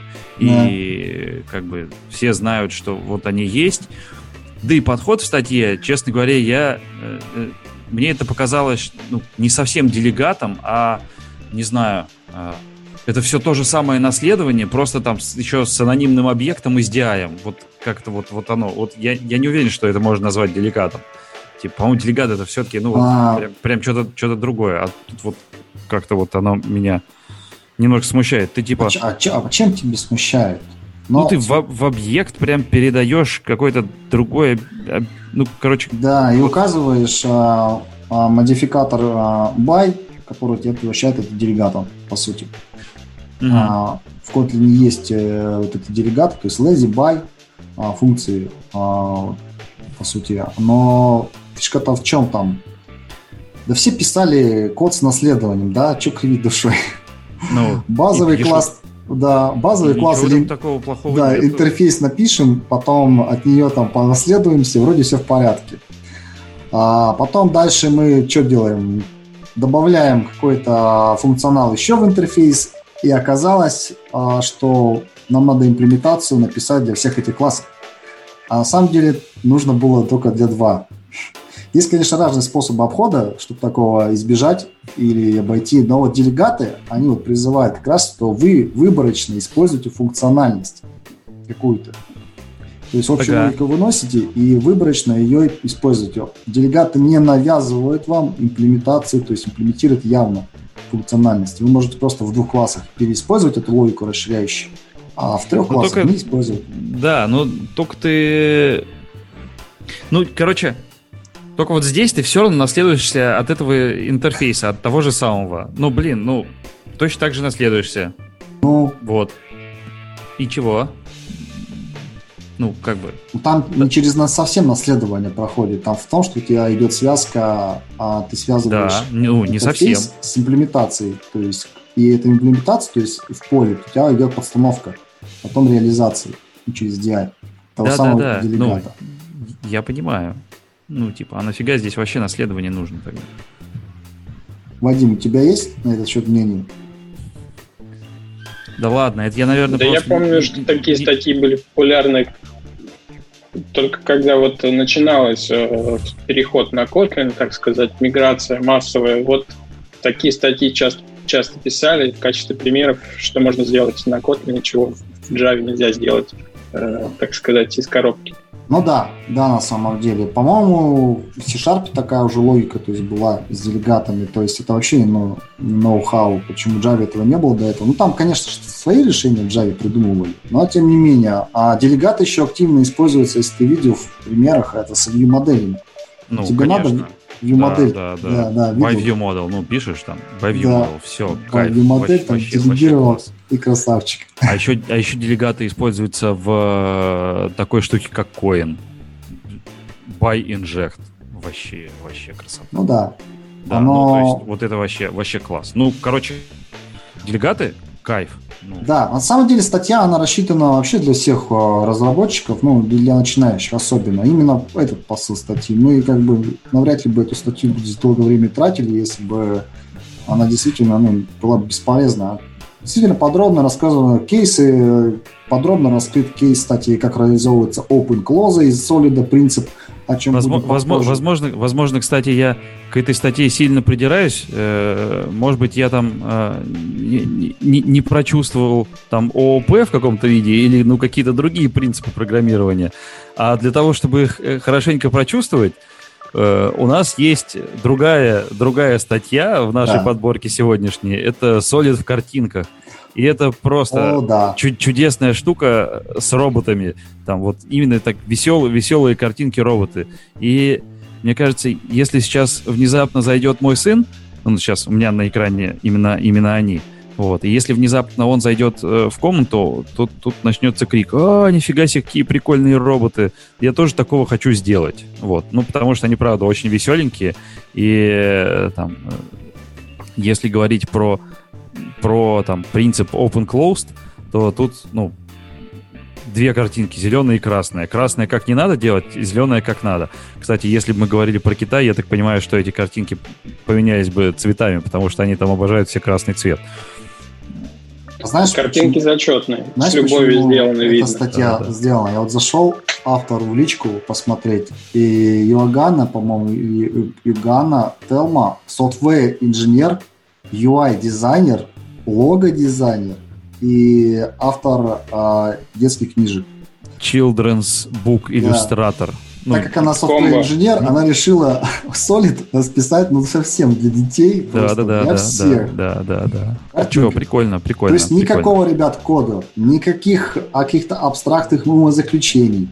и как бы все знают, что вот они есть. Да и подход в статье, честно говоря, я, э, э, мне это показалось ну, не совсем делегатом, а, не знаю, э, это все то же самое наследование, просто там с, еще с анонимным объектом и с ди ай. Вот как-то вот, вот оно. Вот я, я не уверен, что это можно назвать делегатом. Типа, по-моему, делегат это все-таки, ну, вот, А. прям, прям что-то, что-то другое. А тут вот как-то вот оно меня немножко смущает. Ты типа... А, ч- а ч- а чем тебя смущает? Ну, Но- ты в, в объект прям передаешь какое-то другое... а, Ну, короче... Да, и указываешь а, а, модификатор а, by, который тебе превращает это делегатом, по сути. мгм. А, в Kotlin есть э, вот эти делегаты, то есть lazy by а, функции, а, по сути. Но фишка-то в чем там? Да все писали код с наследованием, да, что кривить душой. Ну, Базовый и пишут. класс, да, базовый Ничего класс там или такого плохого да, нет. интерфейс напишем, потом от нее там понаследуемся, вроде все в порядке. А потом дальше мы что делаем? Добавляем какой-то функционал еще в интерфейс, и оказалось, а, что нам надо имплементацию написать для всех этих классов. А на самом деле нужно было только для два. Есть, конечно, разные способы обхода, чтобы такого избежать или обойти, но вот делегаты, они вот призывают как раз, что вы выборочно используете функциональность какую-то. То есть общую Ага. логику выносите и выборочно ее используете. Делегаты не навязывают вам имплементацию, то есть имплементируют явно функциональность. Вы можете просто в двух классах переиспользовать эту логику расширяющую, а в трех Ну, классах только- не использовать. Да, ну только ты... Ну, короче, только вот здесь ты все равно наследуешься от этого интерфейса, от того же самого. Ну, блин, ну, точно так же наследуешься. Ну, Вот. И чего? Ну, как бы... там не через нас совсем наследование проходит. Там в том, что у тебя идет связка, а ты связываешь Да, ну, не интерфейс совсем. с имплементацией. То есть, и эта имплементация, то есть в поле, у тебя идет подстановка, потом реализация через ди ай того Да, самого да, да. делегата. Ну, я понимаю. Ну, типа, а нафига здесь вообще наследование нужно тогда? Вадим, у тебя есть на этот счет мнение? Да ладно, это я, наверное, Да я просто... помню, что такие статьи были популярны только когда вот начиналось э, переход на Kotlin, так сказать, миграция массовая. Вот такие статьи часто, часто писали в качестве примеров, что можно сделать на Kotlin, чего в Java нельзя сделать, э, так сказать, из коробки. Ну да, да, на самом деле. По-моему, в C-Sharp такая уже логика, то есть была с делегатами. То есть это вообще ну, ноу-хау, почему в Java этого не было до этого. Ну там, конечно, свои решения в Java придумывали, но тем не менее. А делегаты еще активно используются, если ты видел в примерах, это с view-моделями. Ну, Тебе конечно. надо view-модель. Да, да, Да, да. да, By видел. view model, ну, пишешь там, by view Да. model, все, кайф. View-модель Вообще- там вообще- вообще делегировал, класс. и красавчик. А еще, а еще делегаты используются в э, такой штуке, как coin. By inject. Вообще, вообще красота. Ну да. Да, Оно- ну, то есть, вот это вообще, вообще класс. Ну, короче, делегаты, кайф. Ну, Да, на самом деле статья, она рассчитана вообще для всех э, разработчиков, ну, для начинающих особенно. Именно этот посыл статьи. Мы как бы навряд ли бы эту статью здесь долгое время тратили, если бы она действительно ну, была бы бесполезна. Действительно подробно рассказаны кейсы, подробно раскрыт кейс статьи, как реализовывается open clause из Solid принцип, о чем Возможно, будет возможно, попозже. возможно, возможно, кстати, я к этой статье сильно придираюсь. Э, Может быть, я там э, не, не- не прочувствовал там ООП в каком-то виде или ну, какие-то другие принципы программирования. А для того, чтобы их э, хорошенько прочувствовать, э, у нас есть другая, другая статья в нашей Да. подборке сегодняшней. Это Solid в картинках. И это просто... О, да. Чу- чудесная штука с роботами. Там вот именно так веселые, веселые картинки роботы. И мне кажется, если сейчас внезапно зайдет мой сын, ну, сейчас у меня на экране именно, именно они, вот, и если внезапно он зайдет э, в комнату, то тут начнется крик: «А, нифига себе, какие прикольные роботы! Я тоже такого хочу сделать». Вот, ну, потому что они, правда, очень веселенькие. И э, там, э, если говорить про про там принцип open-closed, то тут, ну, две картинки, зеленая и красная. Красная как не надо делать, зеленая как надо. Кстати, если бы мы говорили про Китай, я так понимаю, что эти картинки поменялись бы цветами, потому что они там обожают все красный цвет. Знаешь, картинки почему? зачетные, Знаешь, с любовью сделаны, эта видно. статья Да, да. сделана? Я вот зашел автору в личку посмотреть, и Йоганна, по-моему, Ю- Юганна Телма, software инженер, ю ай-дизайнер, лого-дизайнер и автор а, детских книжек. Children's Book Illustrator. Ну, Так как она комбо. software-инженер, Ну. она решила Solid расписать, ну, совсем для детей, да, просто да, да, для да, всех. да, да, да, да. Картинка. Чего, прикольно, прикольно. То есть прикольно. никакого, ребят, кода, никаких а, каких-то абстрактных умозаключений.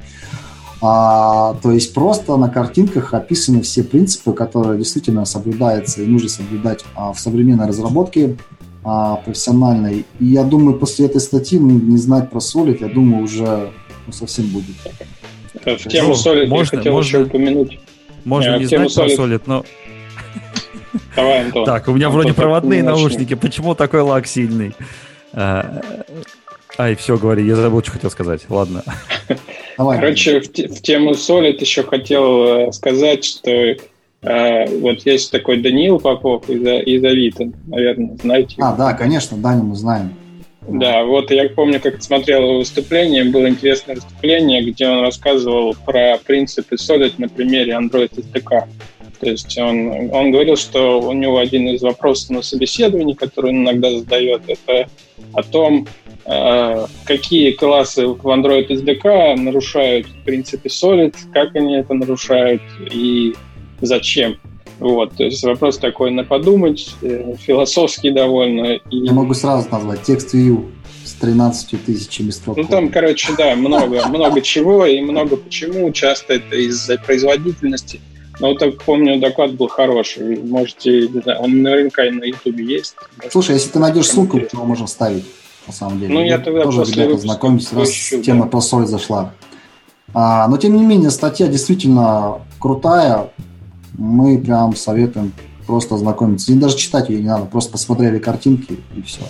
А, то есть просто на картинках описаны все принципы, которые действительно соблюдаются и нужно соблюдать а, в современной разработке а, профессиональной. И я думаю, после этой статьи ну, не знать про Solid, я думаю, уже ну, совсем будет. В тему Ну, Solid можно- я хотел можно- еще упомянуть. Можно э, не в тему знать про Solid. Solid, но... Давай, Антон. Так, у меня Антон, вроде так проводные не начни. наушники. Почему такой лаг сильный? А, Ай, все, говори, я забыл, что хотел сказать. Ладно. Давай. Короче, в, те- в тему Solid еще хотел э, сказать, что э, вот есть такой Даниил Попов из, из Авито, наверное, знаете. А, да, конечно, Даню мы знаем. Да, вот я помню, как смотрел его выступление, было интересное выступление, где он рассказывал про принципы Solid на примере Android эс ди кей. То есть он, он говорил, что у него один из вопросов на собеседовании, который он иногда задает, это о том, э, какие классы в Android эс ди кей нарушают принципы Solid, как они это нарушают и зачем. Вот, то есть вопрос такой на подумать, э, философский довольно. И... Я могу сразу назвать TextView с тринадцатью тысячами строк. Ну, там, короче, да, много, много чего и много почему. Часто это из-за производительности. Но вот так помню, доклад был хороший. Вы можете, не знаю, он наверняка и на Ютубе есть. Слушай, если ты найдешь Кому ссылку, интересно. то можем вставить, на самом деле. Ну, я тогда тоже, после ребята, выпуска знакомьтесь, раз поищу, тема да. про соль зашла. А, но, тем не менее, статья действительно крутая. Мы прям советуем просто ознакомиться. И даже читать ее не надо, просто посмотрели картинки, и все.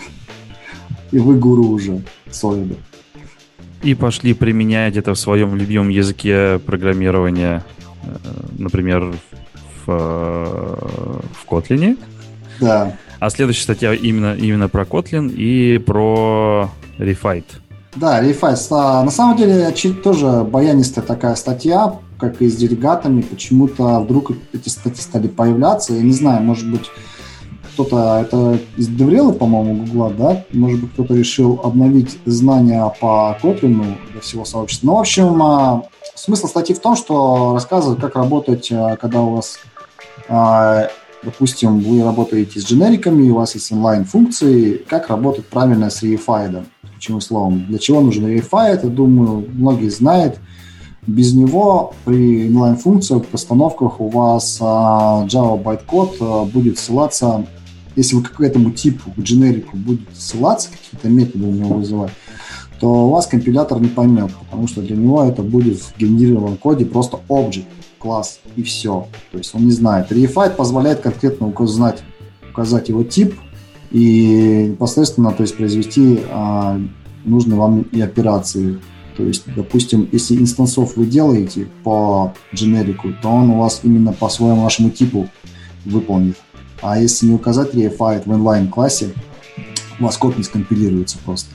И вы гуру уже, солида. И пошли применять это в своем любимом языке программирования, э, например, в, э, в Kotlin. Да. А следующая статья именно, именно про Kotlin и про Refight. Да, Refight. А, на самом деле, чуть тоже баянистая такая статья, как и с делегатами. Почему-то вдруг эти статьи стали появляться. Я не знаю, может быть, кто-то, это из Деврела, по-моему, Гугла, да? Может быть, кто-то решил обновить знания по Kotlin для всего сообщества. Ну, в общем, а, смысл статьи в том, что рассказывают, как работать, а, когда у вас, а, допустим, вы работаете с дженериками, у вас есть онлайн-функции, как работать правильно с Reified. Ключевым словом. Для чего нужен Reified, я думаю, многие знают. Без него при инлайн-функциях, постановках у вас а, Java байткод а, будет ссылаться, если вы к этому типу, к дженерику будете ссылаться, какие-то методы у него вызывать, то у вас компилятор не поймет, потому что для него это будет в генерированном коде просто object, класс и все. То есть он не знает. Reified позволяет конкретно указать, указать его тип и непосредственно, то есть произвести а, нужные вам и операции. То есть, допустим, если инстансов вы делаете по дженерику, то он у вас именно по своему вашему типу выполнит. А если не указать Reified в инлайн-классе, у вас код не скомпилируется просто.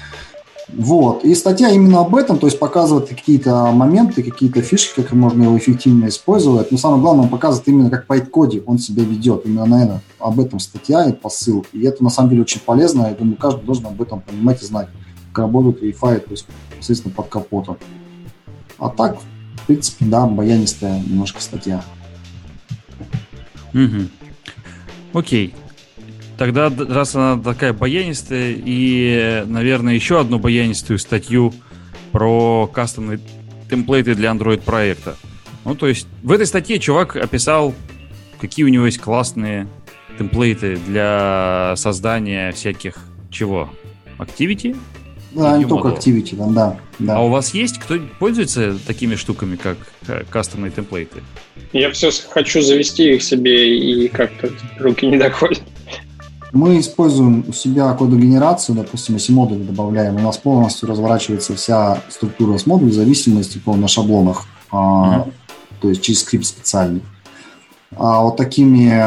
Вот. И статья именно об этом, то есть показывает какие-то моменты, какие-то фишки, как можно его эффективно использовать. Но самое главное, он показывает именно, как в байткоде он себя ведет. Именно на это, об этом статья и посыл. И это на самом деле очень полезно. Я думаю, каждый должен об этом понимать и знать, как работает Reified, то есть непосредственно под капотом. А так, в принципе, да, баянистая немножко статья. Угу. Окей. Тогда, раз она такая баянистая, и, наверное, еще одну баянистую статью про кастомные темплейты для Android проекта. Ну, то есть, в этой статье чувак описал, какие у него есть классные темплейты для создания всяких чего? Activity? Да, не View только model. Activity, да, да, да. А у вас есть кто пользуется такими штуками, как э, кастомные темплейты? Я все хочу завести их себе, и как-то руки не доходят. Мы используем у себя кодогенерацию, допустим, если модули добавляем, у нас полностью разворачивается вся структура с модулей в зависимости по, на шаблонах, а, Mm-hmm. то есть через скрипт специальный. А вот такими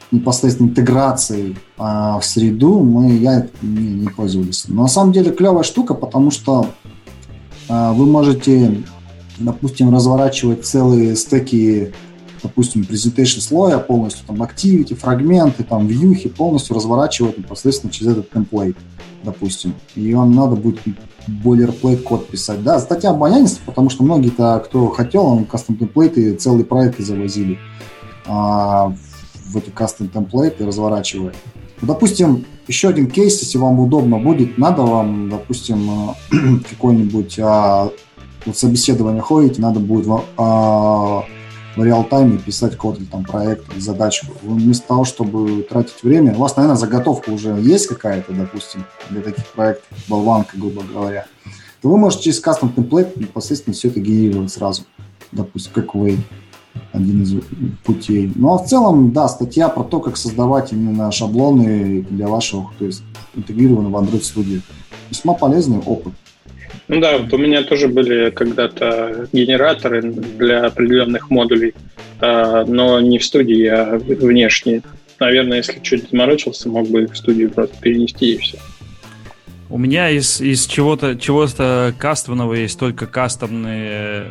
непосредственно интеграцией а, в среду мы, я не, не пользовались. Но на самом деле клевая штука, потому что а, вы можете, допустим, разворачивать целые стеки, допустим, presentation слоя полностью, там, activity, фрагменты, там, вьюхи полностью разворачивать непосредственно через этот темплейт, допустим. И вам надо будет boilerplate код писать. Да, статья обаянности, потому что многие-то, кто хотел, он кастом-темплейты, целые проекты завозили а, в эти кастом-темплейты, разворачивая. Ну, допустим, еще один кейс, если вам удобно будет, надо вам, допустим, какое-нибудь а, вот собеседование ходите, надо будет а, в реал-тайме писать код или там проект, или задачку. Вы вместо того, чтобы тратить время, у вас, наверное, заготовка уже есть какая-то, допустим, для таких проектов, болванка, грубо говоря, то вы можете через custom template непосредственно все это генерировать сразу. Допустим, как way, один из путей. Ну, а в целом, да, статья про то, как создавать именно шаблоны для вашего, то есть интегрированного Android Studio. Весьма полезный опыт. Ну да, вот у меня тоже были когда-то генераторы для определенных модулей, но не в студии, а внешние. Наверное, если чуть заморочился, мог бы их в студию просто перенести и все. У меня из, из чего-то, чего-то кастомного есть только кастомные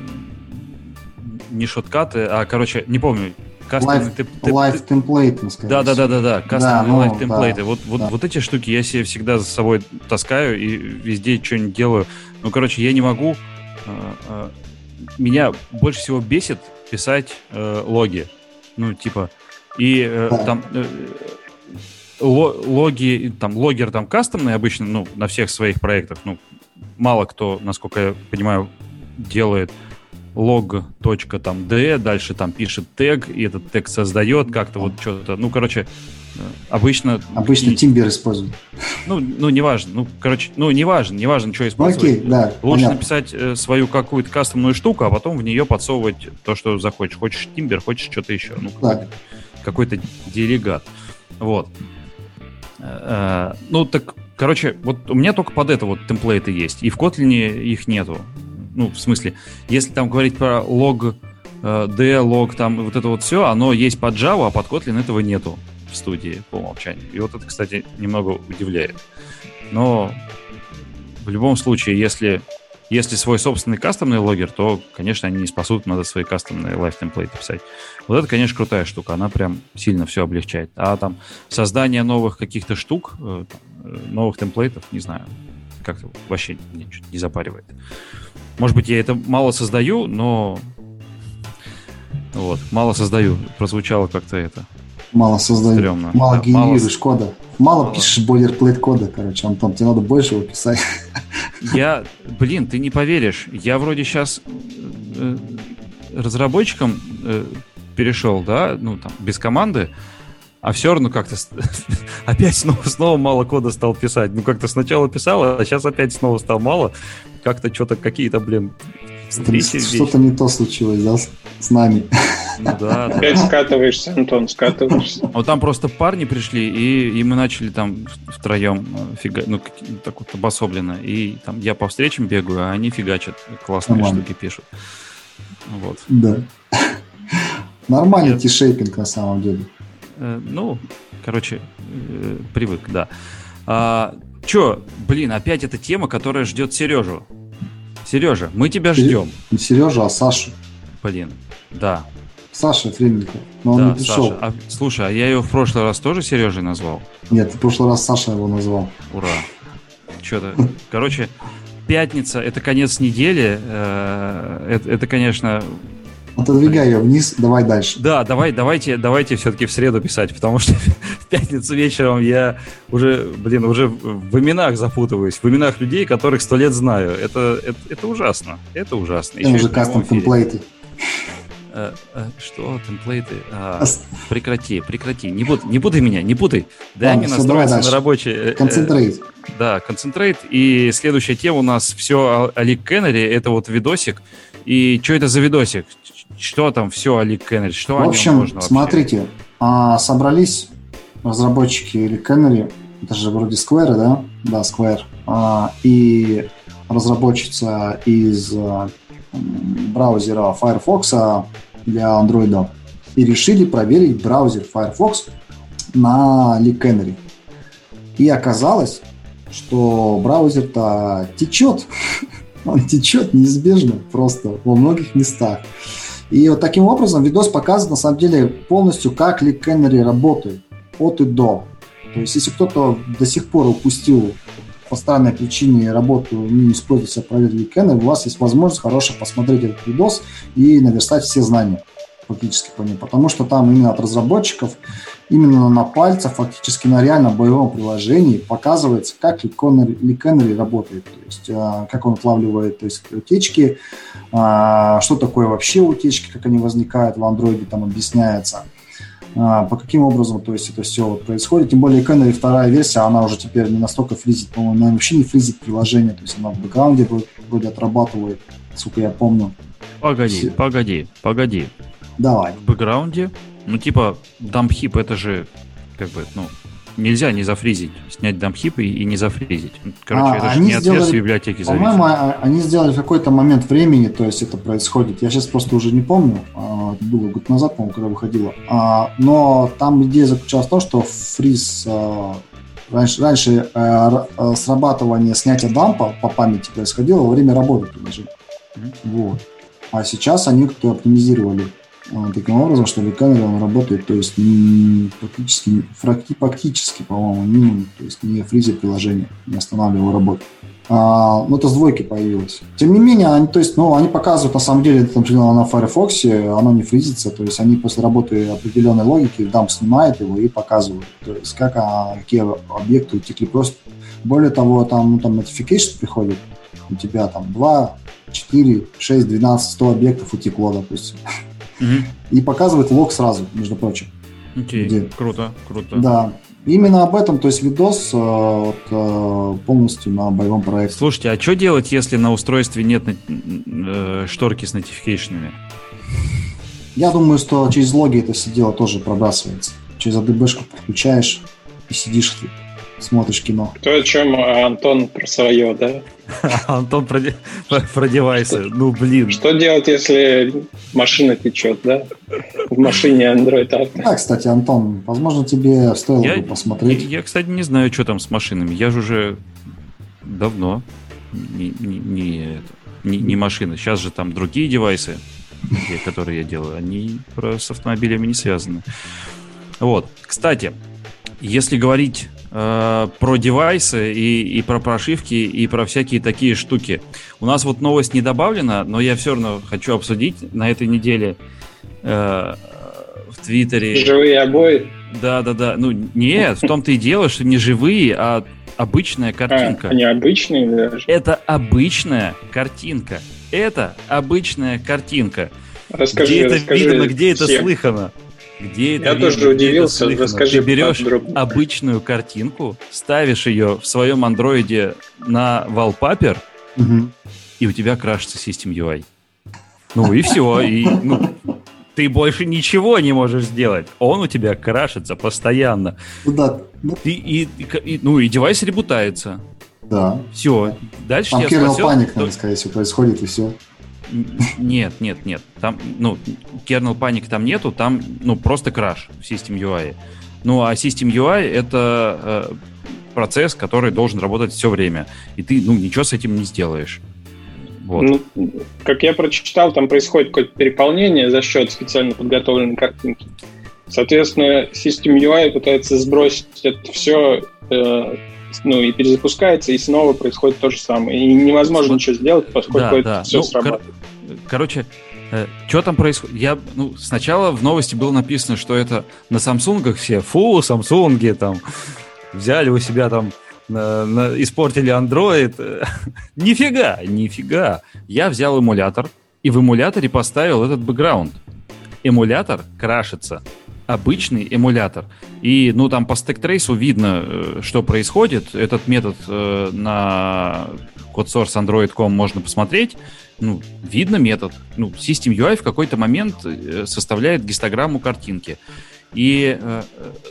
не шоткаты, а, короче, не помню. Live, ты, ты, live ты, template, да, да, да, да, да, кастомные да, live ну, темплейты. Да, вот, вот, да. вот эти штуки я себе всегда за собой таскаю и везде что-нибудь делаю. Ну, короче, я не могу. Э, э, меня больше всего бесит писать э, логи. Ну, типа, и э, да. там э, логи, там, логер там кастомный обычно, ну, на всех своих проектах. Ну, мало кто, насколько я понимаю, делает log.d, дальше там пишет тег, и этот тег создает как-то вот что-то, ну, короче, обычно... Обычно Timber используют. Ну, ну, неважно, ну, короче, ну, неважно, неважно, что использовать. Окей, да, лучше понятно. написать э, свою какую-то кастомную штуку, а потом в нее подсовывать то, что захочешь. Хочешь Timber, хочешь что-то еще, ну, да. какой-то, какой-то делегат. Вот. Э, ну, так, короче, вот у меня только под это вот темплейты есть, и в Kotlin их нету. Ну, в смысле, если там говорить про log, э, d, log, там вот это вот все, оно есть под Java, а под Kotlin этого нету в студии по умолчанию. И вот это, кстати, немного удивляет. Но в любом случае, если, если свой собственный кастомный логер, то, конечно, они не спасут, надо свои кастомные лайф-темплейты писать. Вот это, конечно, крутая штука, она прям сильно все облегчает. А там создание новых каких-то штук, э, новых темплейтов, не знаю, как-то вообще меня что-то не запаривает. Может быть, я это мало создаю, но вот, мало создаю. Прозвучало как-то это. Мало создаю. Стрёмно. Мало да, генерируешь мало... кода. Мало, мало пишешь boilerplate кода, короче. Антон, тебе надо больше его писать. Я, блин, ты не поверишь. Я вроде сейчас э, разработчиком э, перешел, да, ну там, без команды, а все равно как-то опять снова, снова мало кода стал писать. Ну, как-то сначала писал, а сейчас опять снова стал мало. Как-то что-то какие-то, блин, что-то не то случилось, да, с, с нами. Ну, да, опять да. Скатываешься, Антон, скатываешься. Вот там просто парни пришли, и, и мы начали там втроем фига, ну, так вот обособленно. И там я по встречам бегаю, а они фигачат, классные Нормально. Штуки пишут. Вот. Да. Нормальный ти-шейпинг на самом деле. Ну, короче, привык, да. А, чё, блин, опять эта тема, которая ждет Сережу. Сережа, мы тебя ждем. Не Сережа, а Сашу. Блин, да. Саша Фременко. Но он да, не пришел. Саша. А, слушай, а я его в прошлый раз тоже Сережей назвал? Нет, в прошлый раз Саша его назвал. Ура. Чё-то. Короче, пятница, это конец недели. Это, это конечно... Отодвигай ее вниз, давай дальше. Да, давай, давайте, давайте все-таки в среду писать, потому что в пятницу вечером я уже, блин, уже в именах запутываюсь, в именах людей, которых сто лет знаю. Это, это, это ужасно, это ужасно. Это уже кастом темплейты. А, а, что, темплейты? А, прекрати, прекрати, не путай, не путай меня, не путай. Дай мне настроиться на рабочий... Концентрейт. Да, концентрейт. И следующая тема у нас все о Лик Кеннери, это вот видосик. И что это за видосик? Что там все о Лик Кеннери? Что в общем, смотрите, а, собрались разработчики Лик Кеннери, это же вроде Square, да? Да, Square. А, и разработчица из а, браузера Firefox для Android. и решили проверить браузер Firefox на Lee Canary. И оказалось, что браузер-то течет. Он течет неизбежно просто во многих местах. И вот таким образом видос показывает на самом деле полностью, как Lee Canary работает от и до. То есть если кто-то до сих пор упустил по странной причине работу, не используется проверить Lee Canary, у вас есть возможность хорошо посмотреть этот видос и наверстать все знания фактически по нему. Потому что там именно от разработчиков, именно на пальцах, фактически на реальном боевом приложении показывается, как Lee Canary, Lee Canary работает. То есть э, как он отлавливает, то есть, утечки, э, что такое вообще утечки, как они возникают в Android, там объясняется. Э, по каким образом, то есть это все вот происходит. Тем более Canary вторая версия, она уже теперь не настолько фризит, по-моему, она вообще не фризит приложение, то есть она в бэкграунде вроде отрабатывает, сколько я помню. Погоди, все. погоди, погоди. Давай. В бэкграунде, ну типа дамп-хип, это же как бы, ну, нельзя не зафризить, снять дамп-хип и, и не зафризить. Короче, А, это же не от сделали, версии библиотеки зависит. По-моему, они сделали в какой-то момент времени, то есть это происходит. Я сейчас просто уже не помню, это было год назад, по-моему, когда выходило. Но там идея заключалась в том, что фриз раньше, раньше срабатывание снятия дампа по памяти происходило во время работы приложения. Mm-hmm. Вот. А сейчас они как-то оптимизировали таким образом, что Lee Canary он работает, то есть не, практически, практически, по-моему, не, то есть не фризит приложение, не останавливая работу. А, ну, это с двойки появилось. Тем не менее, они, то есть, ну, они показывают, на самом деле, там, на Firefox, оно не фризится, то есть они после работы определенной логики, дамп снимает его и показывают, то есть как, а, какие объекты утекли просто. Более того, там, ну, там notification приходит, у тебя там два, четыре, шесть, двенадцать, сто объектов утекло, допустим. Mm-hmm. И показывает лог сразу, между прочим. Окей, okay. Круто, круто. Да, именно об этом, то есть видос вот, полностью на боевом проекте. Слушайте, а что делать, если на устройстве нет э, шторки с нотификейшнами? Я думаю, что через логи это все дело тоже пробрасывается. Через эй ди би-шку подключаешь и сидишь, смотришь кино. То, о чем Антон про свое, да? Антон про, про, про девайсы. Ну, блин. Что делать, если машина течет, да? В машине Android Auto. Да, кстати, Антон, возможно, тебе стоило я, бы посмотреть. Я, я, кстати, не знаю, что там с машинами. Я же уже давно не, не, не, не, не машина. Сейчас же там другие девайсы, которые я делаю, они с автомобилями не связаны. Вот. Кстати, если говорить э, про девайсы и, и про прошивки, и про всякие такие штуки. У нас вот новость не добавлена, но я все равно хочу обсудить на этой неделе э, в Твиттере. Живые обои? Да-да-да. Ну, нет, в том-то и дело, что не живые, а обычная картинка. А, они обычные даже? Это обычная картинка. Это обычная картинка. Расскажи, где это расскажи видно, где всем. это слыхано? Где это Я видно, тоже удивился. Расскажи Ты берешь подробнее. обычную картинку, ставишь ее в своем андроиде на wallpaper, угу. и у тебя крашится System ю ай. Ну и все. И, ну, ты больше ничего не можешь сделать. Он у тебя крашится постоянно. Да. И, и, и, ну и девайс ребутается. Да. Все. Дальше там я kernel спросил, panic, то... скорее всего, происходит, и все. Нет, нет, нет. Там, ну, kernel panic там нету, там, ну, просто краш в System ю ай. Ну, а System ю ай — это э, процесс, который должен работать все время. И ты, ну, ничего с этим не сделаешь. Вот. Ну, как я прочитал, там происходит какое-то переполнение за счет специально подготовленной картинки. Соответственно, System ю ай пытается сбросить это все, э, ну, и перезапускается, и снова происходит то же самое. И невозможно ничего сделать, поскольку да, это да. все ну, срабатывает. Кор- короче, э, что там происходит? Я, ну, сначала в новости было написано, что это на Самсунгах все, фу, Самсунги там взяли у себя там, на, на, испортили Android. Нифига, нифига. Я взял эмулятор и в эмуляторе поставил этот бэкграунд. Эмулятор крашится. Обычный эмулятор. И, ну, там по стек-трейсу видно, что происходит. Этот метод э, на CodeSource Android точка ком можно посмотреть. Ну, видно метод. Ну, System ю ай в какой-то момент составляет гистограмму картинки. И э,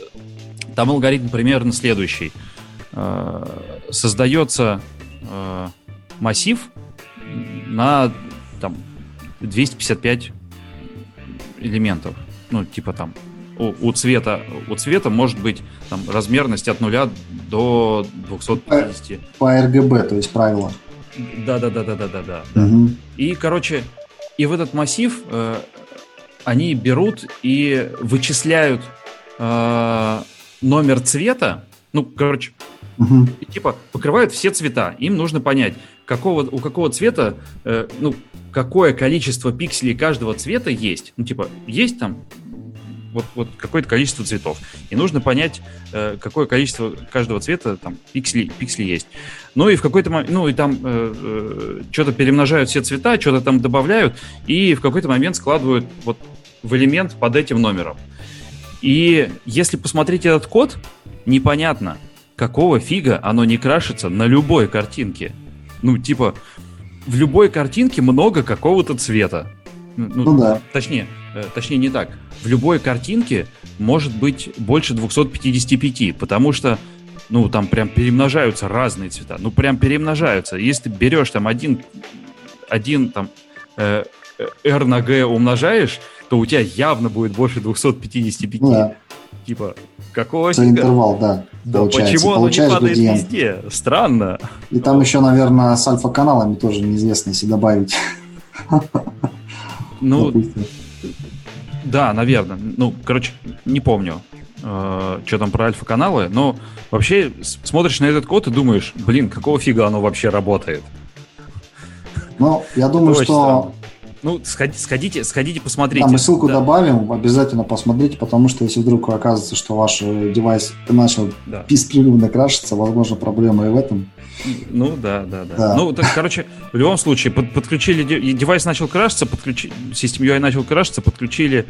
там алгоритм примерно следующий. Э, создается э, массив на там, двести пятьдесят пять элементов. ну, типа там, у, у цвета, у цвета может быть там размерность от нуля до двухсот пятидесяти. По эр гэ бэ, то есть правило. Да-да-да-да-да-да. Угу. И, короче, и в этот массив э, они берут и вычисляют э, номер цвета, ну, короче, угу. и, типа покрывают все цвета. Им нужно понять, какого, у какого цвета, э, ну, какое количество пикселей каждого цвета есть. Ну, типа, есть там вот, вот какое-то количество цветов. И нужно понять, э, какое количество каждого цвета там пикселей, пикселей есть. Ну и в какой-то момент, ну и там э, э, что-то перемножают все цвета, что-то там добавляют, и в какой-то момент складывают вот в элемент под этим номером. И если посмотреть этот код, непонятно, какого фига оно не крашится на любой картинке. Ну, типа, в любой картинке много какого-то цвета. Ну, ну да. Точнее, э, точнее не так. В любой картинке может быть больше двухсот пятидесяти пяти, потому что, ну, там прям перемножаются разные цвета. Ну, прям перемножаются. Если ты берешь там один, один там э, R на G умножаешь, то у тебя явно будет больше двухсот пятидесяти пяти. Ну, да. Типа, какого За фига? интервал, да. Да почему оно не падает градиент. Везде? Странно. И там еще, наверное, с альфа-каналами тоже неизвестно, если добавить. Ну, да, наверное. Ну, короче, не помню, э, что там про альфа-каналы, но вообще смотришь на этот код и думаешь, блин, какого фига оно вообще работает? Ну, я думаю, что... Странно. Ну, сходи, сходите, сходите, посмотрите. Да, мы ссылку да. добавим, обязательно посмотрите, потому что если вдруг оказывается, что ваш девайс начал да. беспрерывно крашиться, возможно, проблема и в этом. Ну, да, да, да. да. Ну, так, короче, в любом случае, под, подключили, девайс начал крашиться, подключи, System ю ай начал крашиться, подключили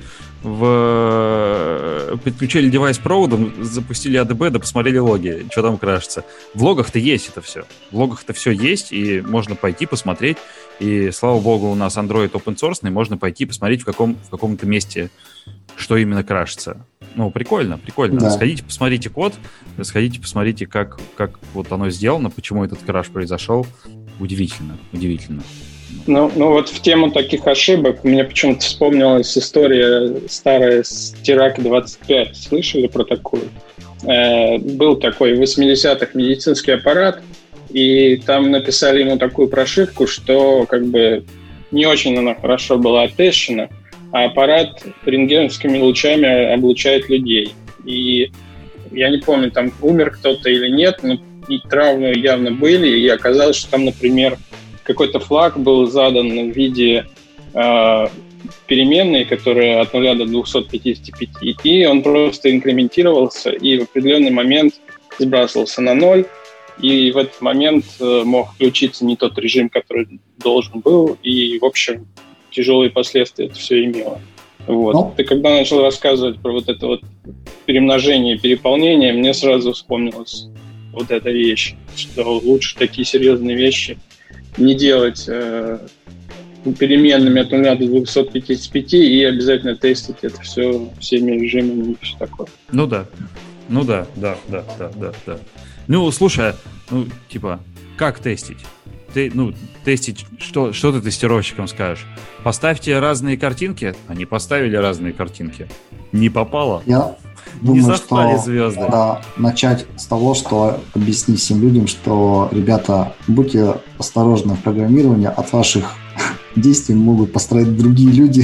в... подключили девайс проводом, запустили эй ди би, да посмотрели логи, что там крашится. В логах-то есть это все. В логах-то все есть, и можно пойти посмотреть. И, слава богу, у нас Android open source, и можно пойти посмотреть в, каком, в каком-то месте, что именно крашится. Ну, прикольно, прикольно. Да. Сходите, посмотрите код, сходите, посмотрите, как, как вот оно сделано, почему этот краш произошел. Удивительно, удивительно. Ну, ну вот в тему таких ошибок мне почему-то вспомнилась история старая с Тирак двадцать пять. Слышали про такую? Э, был такой в восьмидесятых медицинский аппарат, и там написали ему такую прошивку, что как бы не очень она хорошо была оттещена, а аппарат рентгеновскими лучами облучает людей. И я не помню, там умер кто-то или нет, но и травмы явно были, и оказалось, что там, например, какой-то флаг был задан в виде э, переменной, которая от нуля до двухсот пятидесяти пяти, и он просто инкрементировался, и в определенный момент сбрасывался на ноль, и в этот момент э, мог включиться не тот режим, который должен был, и, в общем, тяжелые последствия это все имело. Вот. Ну. Ты когда начал рассказывать про вот это вот перемножение и переполнение, мне сразу вспомнилась вот эта вещь, что лучше такие серьезные вещи не делать э, переменными от нуля до двухсот пятидесяти пяти и обязательно тестить это все всеми режимами и все такое. Ну да, ну да, да, да, да, да, да. Ну, слушай, ну, типа, как тестить? Ты, ну, тестить, что, что ты тестировщикам скажешь? Поставьте разные картинки. Они поставили разные картинки. Не попало. Я не думаю, совпали что звезды. Надо начать с того, что объяснить всем людям, что, ребята, будьте осторожны в программировании, от ваших действий могут пострадать другие люди.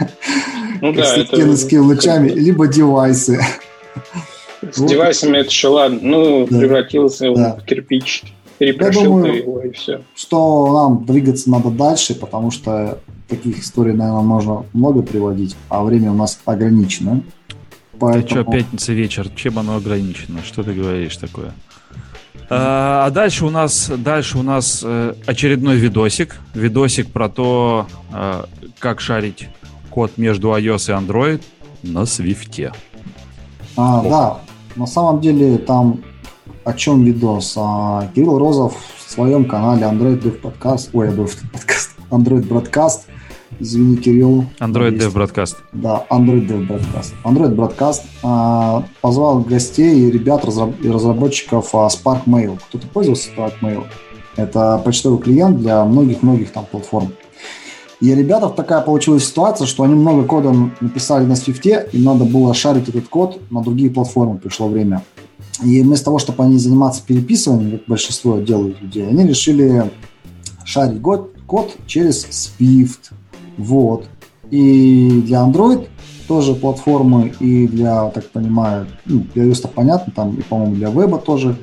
Ну да, это... Рентгеновскими лучами, либо девайсы. С вот. Девайсами это еще ладно. Ну, да. Превратился да. в кирпич. Перепрошил думаю, его и все. Что нам двигаться надо дальше, потому что таких историй, наверное, можно много приводить, а время у нас ограничено. Поэтому... Ты что, пятница вечер, чем оно ограничено? Что ты говоришь такое? А, а дальше у нас, дальше у нас э, очередной видосик. Видосик про то, э, как шарить код между iOS и Android на Свифте. А, да, на самом деле там о чем видос? А, Кирилл Розов в своем канале Android Dev Podcast, ой, Android Broadcast, извини, Кирилл. Android Dev Broadcast. Да, Android Dev Broadcast. Android Broadcast а, позвал гостей и ребят, разраб- разработчиков а, Spark Mail. Кто-то пользовался Spark Mail? Это почтовый клиент для многих-многих там платформ. И ребята такая получилась ситуация, что они много кода написали на Swift, им надо было шарить этот код на другие платформы, пришло время. И вместо того, чтобы они заниматься переписыванием, как большинство делают людей, они решили шарить код, код через Swift. Вот. И для Android тоже платформы, и для, так понимаю, ну, для iOS понятно, там, и, по-моему, для веба тоже.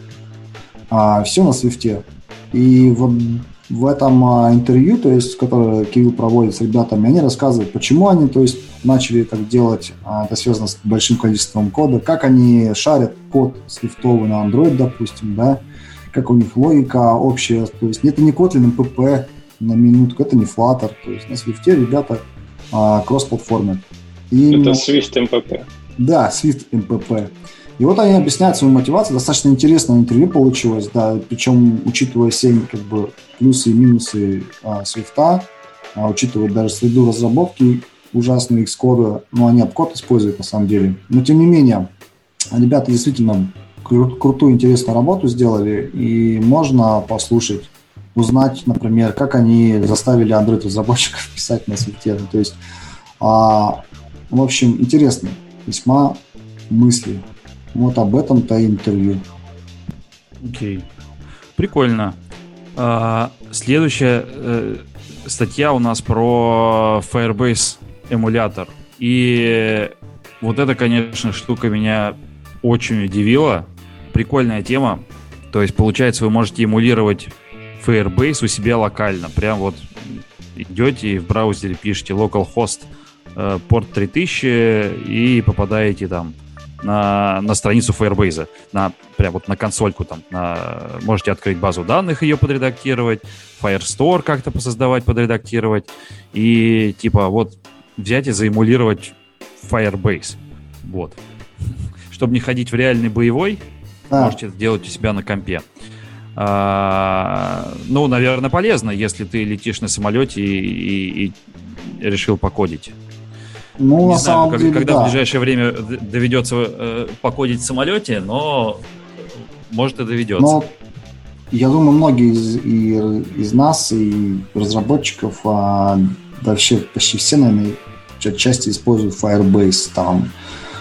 А, все на Swift. И вот в этом а, интервью, то есть, которое Кирилл проводит с ребятами, они рассказывают, почему они, то есть, начали так делать. А, это связано с большим количеством кода, как они шарят код свифтовый на Android, допустим, да, как у них логика общая. То есть, это не Kotlin эм пи пи на минутку, это не Flutter. То есть, на Swift ребята а, кросс-платформят. И, это Swift эм пи пи. Да, Swift эм пи пи. И вот они объясняют свою мотивацию. Достаточно интересное интервью получилось, да, причем учитывая все как бы плюсы и минусы а, Swift, а, учитывая даже среду разработки ужасную Xcode, ну, они обкод используют на самом деле. Но тем не менее, ребята действительно кру- крутую, интересную работу сделали, и можно послушать, узнать, например, как они заставили Android-разработчиков писать на Swift. То есть, а, в общем, интересно, весьма мысли. Вот об этом-то и интервью. Окей. Okay. Прикольно. А, следующая э, статья у нас про Firebase эмулятор. И вот эта, конечно, штука меня очень удивила. Прикольная тема. То есть, получается, вы можете эмулировать Firebase у себя локально. Прям вот идете и в браузере пишете localhost э, порт три тысячи и попадаете там На, на страницу Firebase, на, прям вот на консольку там, на, можете открыть базу данных, ее подредактировать, Firestore как-то посоздавать, подредактировать, и типа вот взять и заэмулировать Firebase. Вот. Чтобы не ходить в реальный боевой, а. можете это делать у себя на компе. А, ну, наверное, полезно, если ты летишь на самолете и, и, и решил покодить. Ну, не на знаю, самом как, деле, когда да. в ближайшее время доведется э, покодить в самолете, но может и доведется. Но я думаю, многие из, и, из нас, и разработчиков, а, да вообще почти все, наверное, отчасти используют Firebase, там,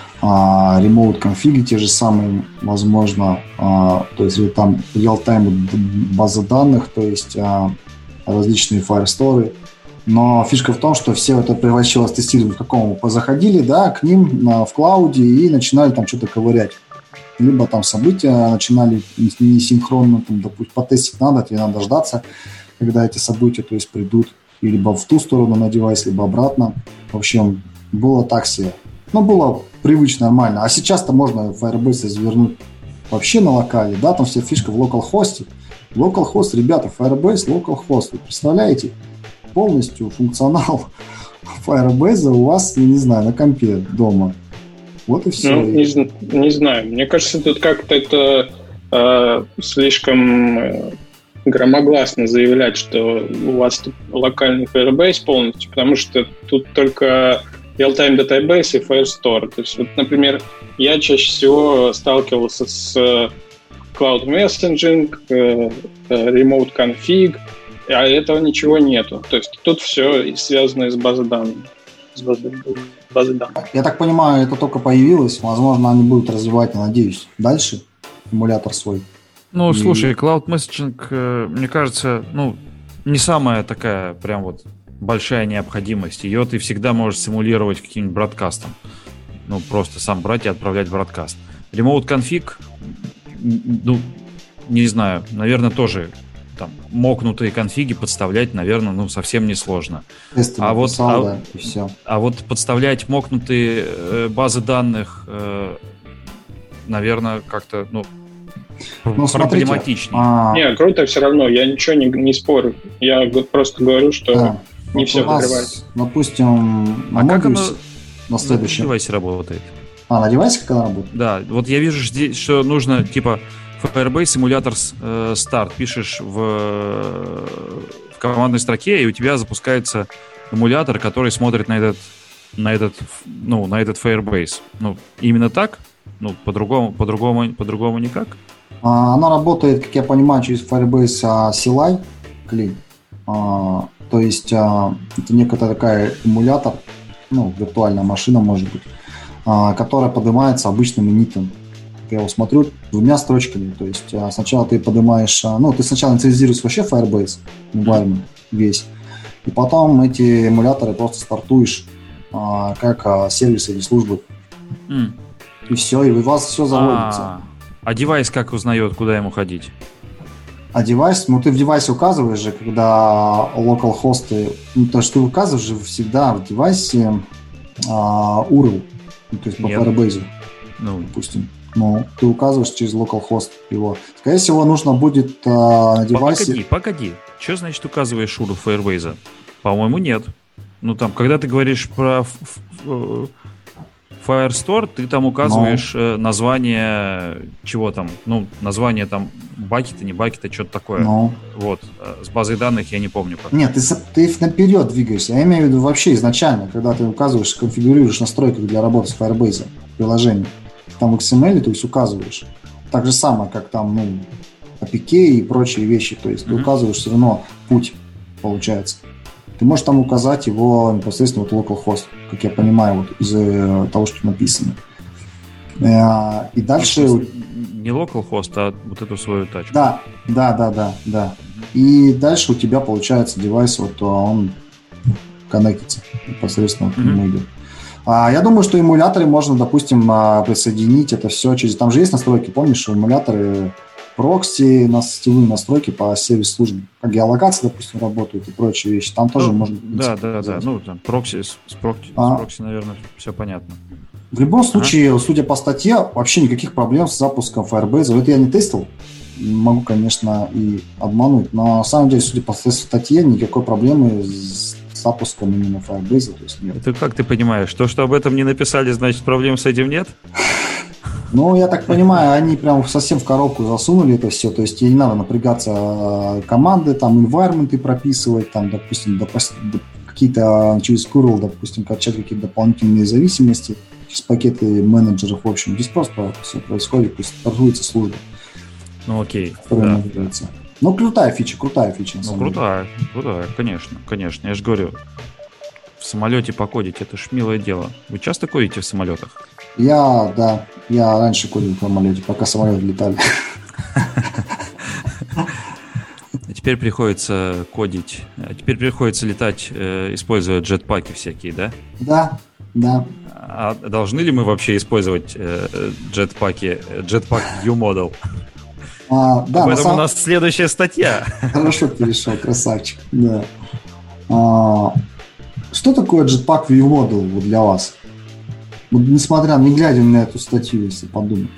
а, remote конфиги те же самые, возможно, а, то есть там real-time базы данных, то есть а, различные Firestore. Но фишка в том, что все это превращалось в тестирование, в каком позаходили, да, к ним на, в клауде и начинали там что-то ковырять. Либо там события начинали несинхронно, там, допустим, потестить надо, тебе надо ждаться, когда эти события, то есть, придут и либо в ту сторону на девайс, либо обратно. В общем, было так себе. Ну, было привычно, нормально. А сейчас-то можно Firebase завернуть вообще на локале, да, там вся фишка в localhost. Localhost, ребята, Firebase, localhost, вы представляете? Полностью функционал Firebase у вас, я не знаю, на компе дома. Вот и все. Ну, не, не знаю. Мне кажется, тут как-то это э, слишком э, громогласно заявлять, что у вас тут локальный Firebase полностью, потому что тут только real-time database и Firestore. То есть, вот, например, я чаще всего сталкивался с Cloud Messaging, э, Remote Config, а этого ничего нету. То есть тут все связано с базой данных. С базой, базой данных. Я так понимаю, это только появилось. Возможно, они будут развивать, я надеюсь, дальше эмулятор свой. Ну, И... слушай, Cloud Messaging, мне кажется, ну, не самая такая прям вот большая необходимость. Ее ты всегда можешь симулировать каким-нибудь бродкастом. Ну, просто сам брать и отправлять в бродкаст. Remote Config, ну, не знаю, наверное, тоже там мокнутые конфиги подставлять, наверное, ну, совсем несложно. А вот, написал, а, да, и все. а вот подставлять мокнутые э, базы данных, э, наверное, как-то, ну, ну проблематичнее. А... Не, круто все равно, я ничего не, не спорю. Я просто говорю, что да. не вот все покрывает. Допустим, на а как оно на следующем на девайсе работает? А, на девайсе как она работает? Да, вот я вижу, что нужно, типа, Firebase эмулятор э, старт пишешь в, в командной строке, и у тебя запускается эмулятор, который смотрит на этот, на этот, ну, на этот Firebase. Ну, именно так? Ну, по-другому, по-другому, по-другому никак? А, она работает, как я понимаю, через Firebase а, си эл ай клин. А, То есть а, это некая такая эмулятор, ну, виртуальная машина, может быть, а, которая поднимается обычным инитом. Я его смотрю двумя строчками. То есть а, сначала ты поднимаешь, а, ну, ты сначала инициализируешь вообще Firebase environment весь, и потом эти эмуляторы просто стартуешь а, как а, сервисы или службы. Mm. И все, и у вас все заводится. А, а девайс как узнает, куда ему ходить? А девайс, ну ты в девайсе указываешь же, когда localhost, ну, то есть ты указываешь же всегда в девайсе а, ю ар эл, ну, то есть по Firebase, ну. допустим. Ну, ты указываешь через localhost его. Скорее всего, нужно будет а, на девайсе... Погоди, погоди. Что значит указываешь ю ар эл Firebase? По-моему, нет. Ну, там, когда ты говоришь про Firestore, ты там указываешь no. название чего там, ну, название там бакета, не бакета, что-то такое. No. Вот, с базой данных я не помню. Как. Нет, ты, ты наперед двигаешься. Я имею в виду вообще изначально, когда ты указываешь, конфигурируешь настройки для работы с Firebase приложением. Там в икс эм эль, то есть указываешь. Так же самое, как там, ну, эй пи кей и прочие вещи. То есть mm-hmm. ты указываешь все равно путь, получается. Ты можешь там указать его непосредственно вот localhost, как я понимаю, вот из того, что написано. И дальше... Не localhost, а вот эту свою тачку. Да, да, да, да, да. И дальше у тебя получается девайс, вот он коннектится непосредственно к нему идет. А я думаю, что эмуляторы можно, допустим, присоединить это все через... Там же есть настройки, помнишь, что эмуляторы прокси, на сетевые настройки по сервис-службе. Как геолокация, допустим, работают и прочие вещи. Там тоже ну, можно... Да, да, да. Ну, там прокси, с, прокси, а, с прокси, наверное, все понятно. В любом случае, ага. судя по статье, вообще никаких проблем с запуском Firebase. Это я не тестил. Могу, конечно, и обмануть. Но на самом деле, судя по статье, никакой проблемы с запуском именно Firebase, то есть нет. Это как ты понимаешь? То, что об этом не написали, значит, проблем с этим нет? Ну, я так понимаю, они прям совсем в коробку засунули это все, то есть ей не надо напрягаться команды, там, environment прописывать, там, допустим, допустим какие-то через курл, допустим, качать какие-то дополнительные зависимости через пакеты менеджеров, в общем, здесь просто все происходит, то есть стартуется служба. Ну, окей, да. Ну, крутая фича, крутая фича. На ну, крутая, деле. крутая, конечно, конечно, я же говорю, в самолете покодить, это ж милое дело. Вы часто кодите в самолетах? Я, да, я раньше кодил в самолете, пока самолеты летали. А теперь приходится кодить, а теперь приходится летать, э, используя джетпаки всякие, да? Да, да. А должны ли мы вообще использовать э, джетпаки, джетпак View Model? А, да, Об этом сам... у нас следующая статья. Хорошо перешел, красавчик. Да. А, что такое Jetpack View Model для вас? Вот, несмотря, не глядя на эту статью, если подумать.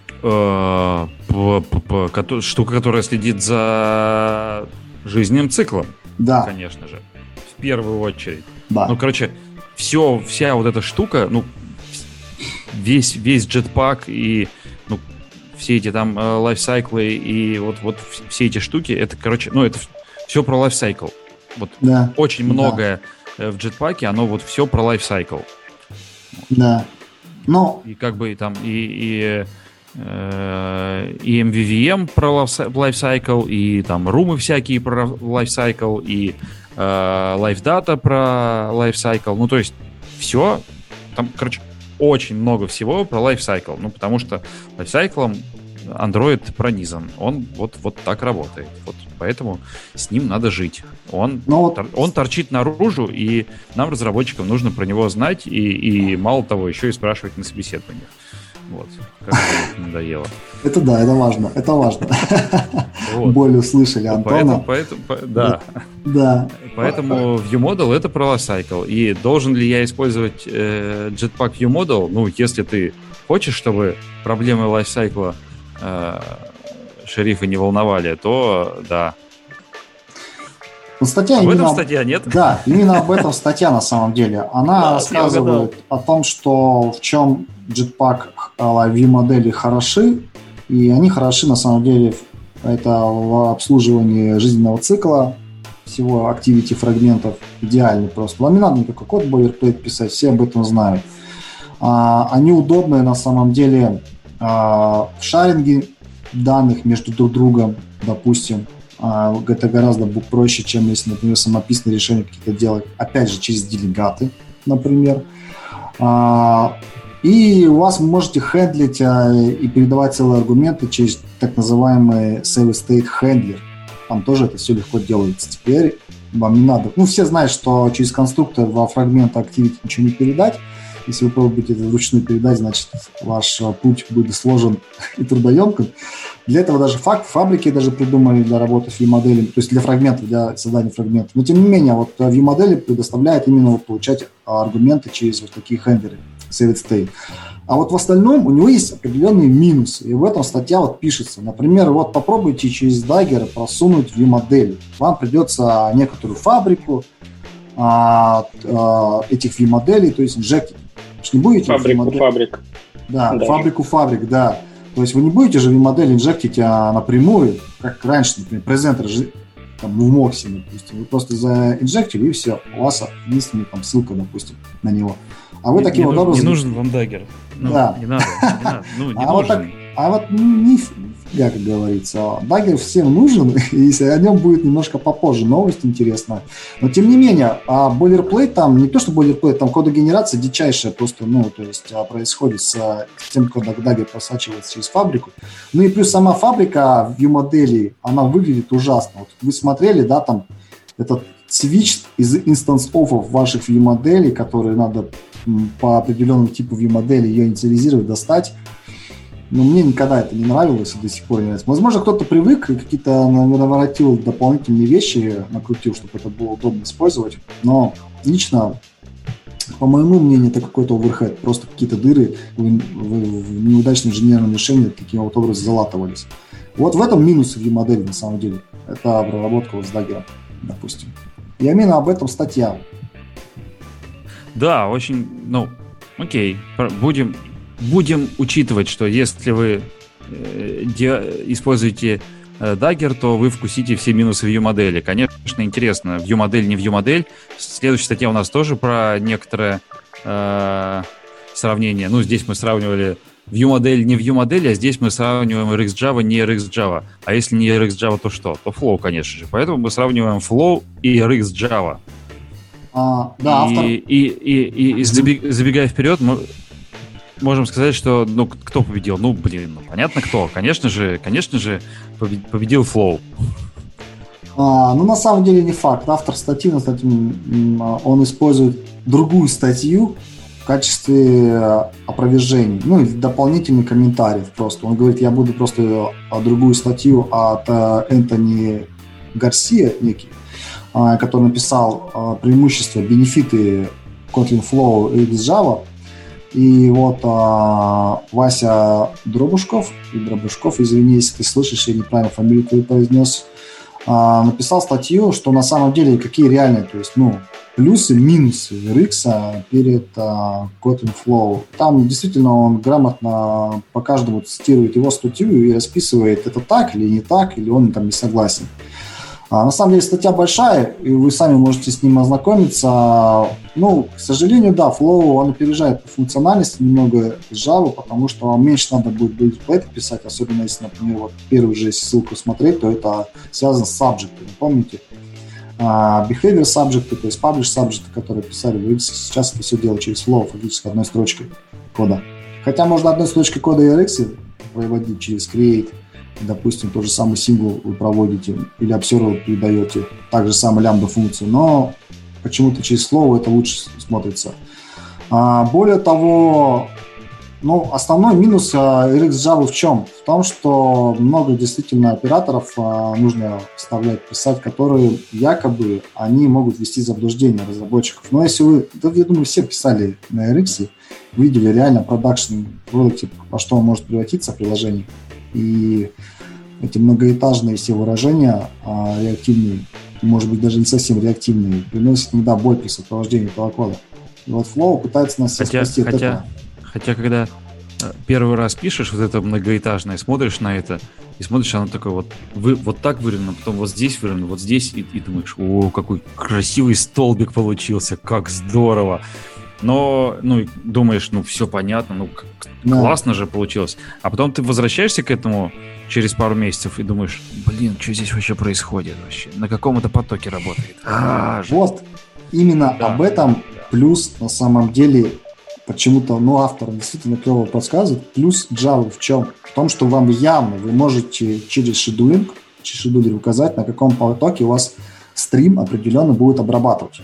Штука, которая следит за жизненным циклом. Да. Конечно же. В первую очередь. Да. Ну, короче, все, вся вот эта штука, ну, весь, весь Jetpack и ну, все эти там лайфсайклы и вот, вот все эти штуки, это, короче, ну, это все про лайфсайкл. Вот да. очень многое да. в Jetpack, оно вот все про лайфсайкл. Да. Но... И как бы там и, и, э, и эм ви ви эм про lifecycle, и там румы всякие про lifecycle, и э, LifeData про lifecycle. Ну, то есть все, там, короче, очень много всего про lifecycle. Ну, потому что lifecycle Android пронизан. Он вот, вот так работает. Вот поэтому с ним надо жить. Он, Но... тор, он торчит наружу, и нам, разработчикам, нужно про него знать, и, и мало того, еще и спрашивать на собеседованиях. Вот. Как мне надоело. Это да, это важно. Это важно. Вот. Боль услышали Антона. Поэтому, поэтому, да. Да. Поэтому ViewModel — это про lifecycle. И должен ли я использовать э, Jetpack ViewModel? Ну, если ты хочешь, чтобы проблемы lifecycle э, шерифа не волновали, то да. Но статья об именно, этом статья, нет? Да, именно об этом статья на самом деле. Она да, рассказывает о том, что в чем Jetpack V-модели хороши, и они хороши на самом деле это в обслуживании жизненного цикла, всего activity фрагментов, идеальный просто. Вам не надо никакой код бойлерплейт писать, все об этом знают. А, они удобные на самом деле а, в шаринге данных между друг другом, допустим. Это гораздо проще, чем если, например, самописные решения какие-то делать, опять же, через делегаты, например. И у вас вы можете хендлить и передавать целые аргументы через так называемый save state handler. Там тоже это все легко делается. Теперь вам не надо. Ну, все знают, что через конструктор во фрагмент activity ничего не передать. Если вы пробуете это вручную передать, значит, ваш путь будет сложен и трудоемким. Для этого даже факт, фабрики даже придумали для работы с view-моделями, то есть для фрагментов, для создания фрагментов. Но, тем не менее, вот view-модели предоставляют именно вот получать аргументы через вот такие хендлеры, save state. А вот в остальном у него есть определенные минусы. И в этом статья вот пишется. Например, вот попробуйте через Dagger просунуть view-модель. Вам придется некоторую фабрику а, а, этих view-моделей, то есть инжектить. Не будете фабрику фабрик. Да, да, фабрику фабрик, да. То есть вы не будете же view-модель инжектить а, напрямую, как раньше, например, презентер там, в Moxie, допустим. Вы просто заинжектили, и все. У вас единственная там ссылка, допустим, на него. А вы не, таким не вот образом... Не нужен вам Dagger. Ну, да. Не надо, не надо. Ну, не а, вот так, а вот нифига, как говорится. Dagger всем нужен, и о нем будет немножко попозже новость интересная. Но, тем не менее, бойлерплейт там, не то что бойлерплейт, там кодогенерация дичайшая просто, ну, то есть происходит с тем, когда Dagger просачивается через фабрику. Ну и плюс сама фабрика view-модели, она выглядит ужасно. Вот вы смотрели, да, там этот switch из инстанс-оффов ваших view-моделей, которые надо по определенному типу view-модели ее инициализировать, достать. Но мне никогда это не нравилось и до сих пор не нравится. Возможно, кто-то привык и какие-то наворотил дополнительные вещи, накрутил, чтобы это было удобно использовать. Но лично, по моему мнению, это какой-то оверхед. Просто какие-то дыры в, в, в неудачном инженерном решении таким вот образом залатывались. Вот в этом минус view-модели на самом деле. Это проработка вот с Dagger, допустим. И именно об этом статья. Да, очень, ну, окей, будем, будем учитывать, что если вы э, де, используете э, Dagger, то вы вкусите все минусы view-модели. Конечно, интересно, view-модель, не view-модель. Следующая статья у нас тоже про некоторое э, сравнение. Ну, здесь мы сравнивали view-модель, не view-модель, а здесь мы сравниваем эр икс Java, не эр икс Java. А если не эр икс Java, то что? То Flow, конечно же. Поэтому мы сравниваем Flow и эр икс Java. А, да, автор... И, и, и, и забегая вперед, мы можем сказать, что ну, кто победил? Ну, блин, ну, понятно кто. Конечно же, конечно же, победил Flow. А, ну, на самом деле не факт. Автор статьи, кстати, он использует другую статью в качестве опровержений, ну, или дополнительных комментариев просто. Он говорит, я буду просто другую статью от Энтони Гарсия, некий, который написал преимущества, бенефиты Kotlin Flow и эр икс Java. И вот а, Вася Дробушков, и Дробушков, извини, если ты слышишь, я неправильно фамилию твою произнес, а, написал статью, что на самом деле какие реальные, то есть, ну, плюсы, минусы эр икс перед а, Kotlin Flow. Там действительно он грамотно по каждому цитирует его статью и расписывает, это так или не так, или он там не согласен. А, на самом деле статья большая, и вы сами можете с ним ознакомиться. Ну, к сожалению, да, Flow, он опережает по функциональности немного Java, потому что меньше надо будет бойлерплейт писать, особенно если, например, вот первую же ссылку смотреть, то это связано с subject, помните? А, behavior subject, то есть publish subject, которые писали в X, сейчас это все дело через Flow, фактически одной строчкой кода. Хотя можно одной строчкой кода и эр икс проводить через create. Допустим, тот же самый символ вы проводите или observer передаете, так же самую лямбда-функцию, но почему-то через Flow это лучше смотрится. А, более того, ну, основной минус эр икс Java в чем? В том, что много действительно операторов а, нужно вставлять, писать, которые якобы они могут ввести в заблуждение разработчиков. Но если вы, да, я думаю, все писали на эр икс, видели реально продакшн продукте, во что он может превратиться в приложении. И эти многоэтажные все выражения а, реактивные, может быть, даже не совсем реактивные, приносят иногда боль при сопровождении этого кода. И вот Flow пытается нас хотя, спасти от хотя, этого. Хотя, когда первый раз пишешь вот это многоэтажное, смотришь на это, и смотришь, оно такое вот, вы, вот так выровнено, потом вот здесь выровнено, вот здесь, и, и думаешь, о, какой красивый столбик получился, как здорово. но, ну, думаешь, ну, все понятно, ну, Да. классно же получилось. А потом ты возвращаешься к этому через пару месяцев и думаешь, блин, что здесь вообще происходит вообще? На каком это потоке работает? А, жесть. Вот, именно Да. об этом плюс на самом деле почему-то, ну, автор действительно клево подсказывает. Плюс Java в чем? В том, что вам явно вы можете через шедулинг, через шедулер указать, на каком потоке у вас стрим определенно будет обрабатывать.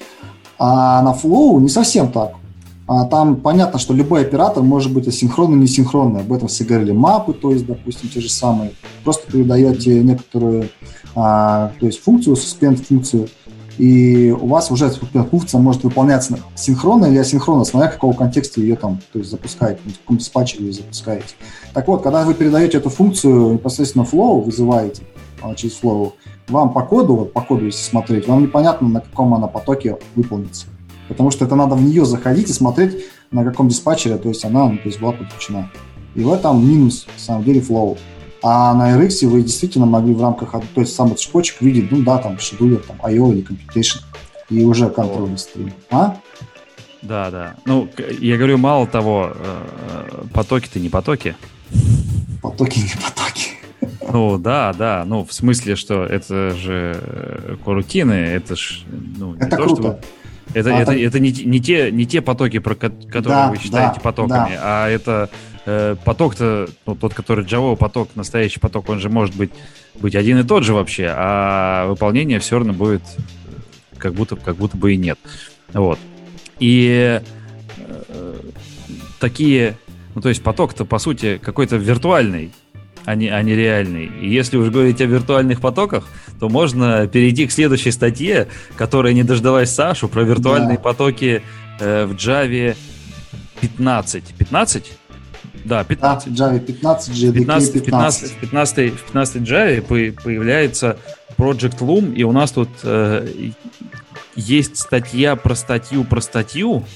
А на Flow не совсем так. А там понятно, что любой оператор может быть асинхронный, несинхронный. Об этом все говорили. Мапы, то есть, допустим, те же самые. Просто передаете некоторую а, то есть функцию, суспенд-функцию, и у вас уже эта функция может выполняться синхронно или асинхронно, смотря в каком контексте ее там, то есть запускаете, в каком диспатчере ее запускаете. Так вот, когда вы передаете эту функцию непосредственно Flow, вызываете а, через Flow, вам по коду, вот по коду если смотреть, вам непонятно, на каком она потоке выполнится. Потому что это надо в нее заходить и смотреть, на каком диспатчере, то есть она ну, то есть была подключена. И в этом минус, на самом деле, Flow. А на эр икс вы действительно могли в рамках, то есть сам цепочек видеть, ну да, там шедулер, там ай о или computation, и уже контроль стрим. А? Да, да. Ну, я говорю, мало того, потоки-то не потоки. Потоки не потоки. Ну, да, да. Ну, в смысле, что это же корутины, это ж... Ну, это не круто. То, чтобы... Это, а это, так... это не, не, те, не те потоки, про которые да, вы считаете да, потоками, да. а это э, поток-то, ну, тот, который Java поток, настоящий поток, он же может быть, быть один и тот же вообще, а выполнение все равно будет как будто, как будто бы и нет. Вот. И э, такие, ну, то есть поток-то, по сути, какой-то виртуальный, а не, а не реальный. И если уж говорить о виртуальных потоках, то можно перейти к следующей статье, которая не дождалась Сашу, про виртуальные да. потоки э, в Java пятнадцать. пятнадцать? Да, пятнадцать. Да, в Java пятнадцать, джей ди кей пятнадцать. пятнадцать, в пятнадцатой, в пятнадцатой Java появляется Project Loom, и у нас тут э, есть статья про статью про статью.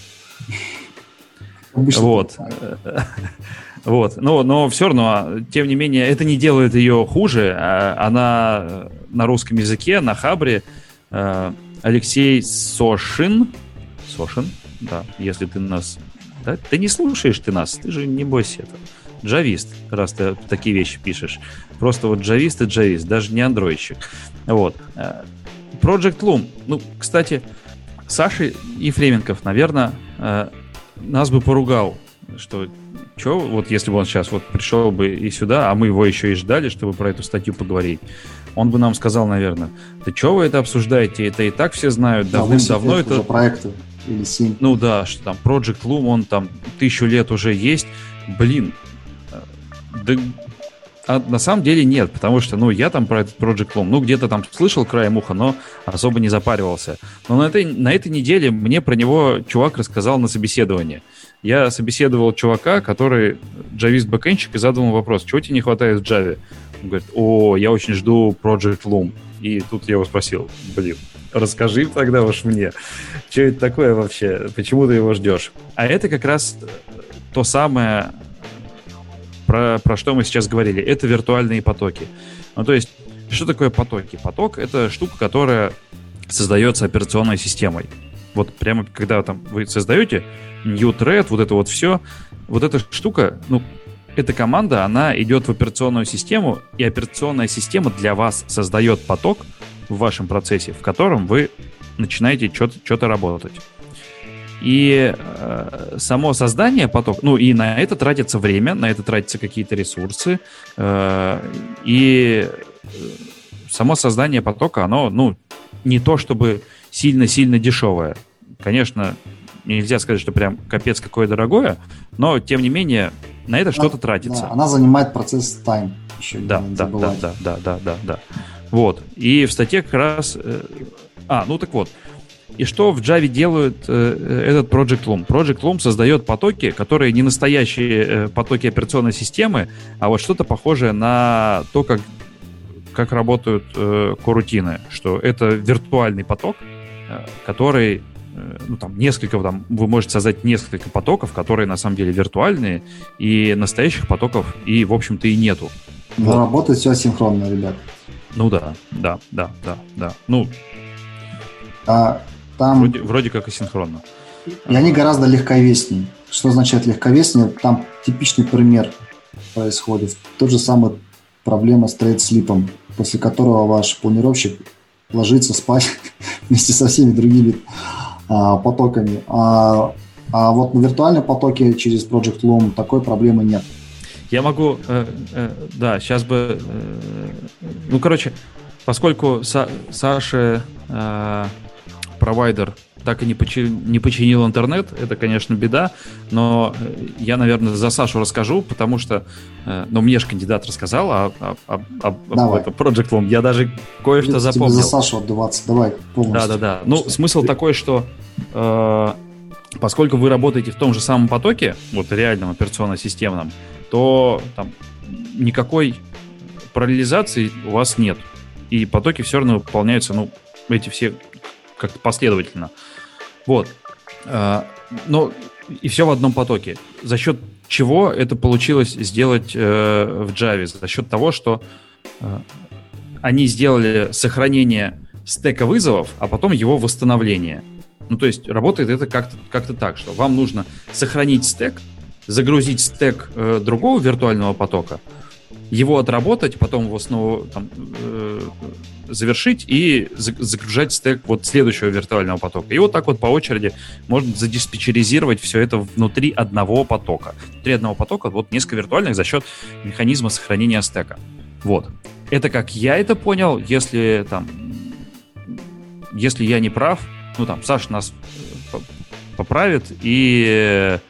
Обычно вот. Вот. Но, но все равно, тем не менее, это не делает ее хуже. Она на русском языке, на Хабре. Алексей Сошин. Сошин, да, если ты нас... Да? Ты не слушаешь ты нас, ты же не бойся это. Джавист, раз ты такие вещи пишешь. Просто вот джавист и джавист, даже не андроидщик. Вот. Project Loom. Ну, кстати, Саша Ефременков, наверное, нас бы поругал, что... Че, вот если бы он сейчас вот пришел бы и сюда, а мы его еще и ждали, чтобы про эту статью поговорить, он бы нам сказал, наверное, да что вы это обсуждаете, это и так все знают, да, давным-давно это... уже проекты или семь. Ну да, что там Project Loom, он там тысячу лет уже есть, блин, да... А на самом деле нет, потому что, ну, я там про этот Project Loom, ну, где-то там слышал краем уха, но особо не запаривался. Но на этой, на этой неделе мне про него чувак рассказал на собеседовании. Я собеседовал чувака, который джавист-бэкэндщик, и задал ему вопрос, чего тебе не хватает в Java? Он говорит, о, я очень жду Project Loom. И тут я его спросил, блин, расскажи тогда уж мне, что это такое вообще, почему ты его ждешь? А это как раз то самое... Про, про что мы сейчас говорили, это виртуальные потоки. Ну, то есть, что такое потоки? Поток — это штука, которая создается операционной системой. Вот прямо когда там вы создаете new thread, вот это вот все, вот эта штука, ну, эта команда, она идет в операционную систему, и операционная система для вас создает поток в вашем процессе, в котором вы начинаете что-то, что-то работать. И э, само создание потока, ну и на это тратится время, на это тратятся какие-то ресурсы, э, и само создание потока, оно, ну, не то чтобы сильно-сильно дешевое. Конечно, нельзя сказать, что прям капец какое дорогое, но, тем не менее, на это она, что-то тратится. Да, она занимает процесс time еще. Да, да, да, да, да, да, да, да. Вот. И в статье как раз... Э, а, ну так вот. И что в Java делает э, этот Project Loom? Project Loom создает потоки, которые не настоящие э, потоки операционной системы, а вот что-то похожее на то, как, как работают э, корутины, что это виртуальный поток, э, который, э, ну там, несколько, там, вы можете создать несколько потоков, которые на самом деле виртуальные, и настоящих потоков, и, в общем-то, и нету. Но вот. Работает все асинхронно, ребят. Ну да, да, да, да, да. Ну, а... Там, вроде, вроде как асинхронно. И они гораздо легковеснее. Что означает легковеснее? Там типичный пример происходит. Тот же самый проблема с трейд-слипом, после которого ваш планировщик ложится спать вместе со всеми другими а, потоками. А, а вот на виртуальном потоке через Project Loom такой проблемы нет. Я могу, э, э, да, сейчас бы, э, ну, короче, поскольку Са- Саше э, провайдер так и не, почи- не починил интернет, это, конечно, беда, но я, наверное, за Сашу расскажу, потому что, э, ну, мне же кандидат рассказал о, о, о, о, об этом Project Loom, я даже кое-что Тебе запомнил. за Сашу отдуваться, давай полностью. Да-да-да, ну, смысл такой, что э, поскольку вы работаете в том же самом потоке, вот реальном операционно-системном, то там никакой параллелизации у вас нет. И потоки все равно выполняются, ну, эти все как-то последовательно. Вот. Но и все в одном потоке. За счет чего это получилось сделать в Java? За счет того, что они сделали сохранение стека вызовов, а потом его восстановление. Ну, то есть работает это как-то, как-то так, что вам нужно сохранить стек, загрузить стек э, другого виртуального потока, его отработать, потом его снова там, э, завершить и за- загружать стек вот следующего виртуального потока. И вот так вот по очереди можно задиспетчеризировать все это внутри одного потока. Внутри одного потока вот несколько виртуальных за счет механизма сохранения стека. Вот. Это как я это понял. Если там, если я не прав, ну там Саша нас поправит и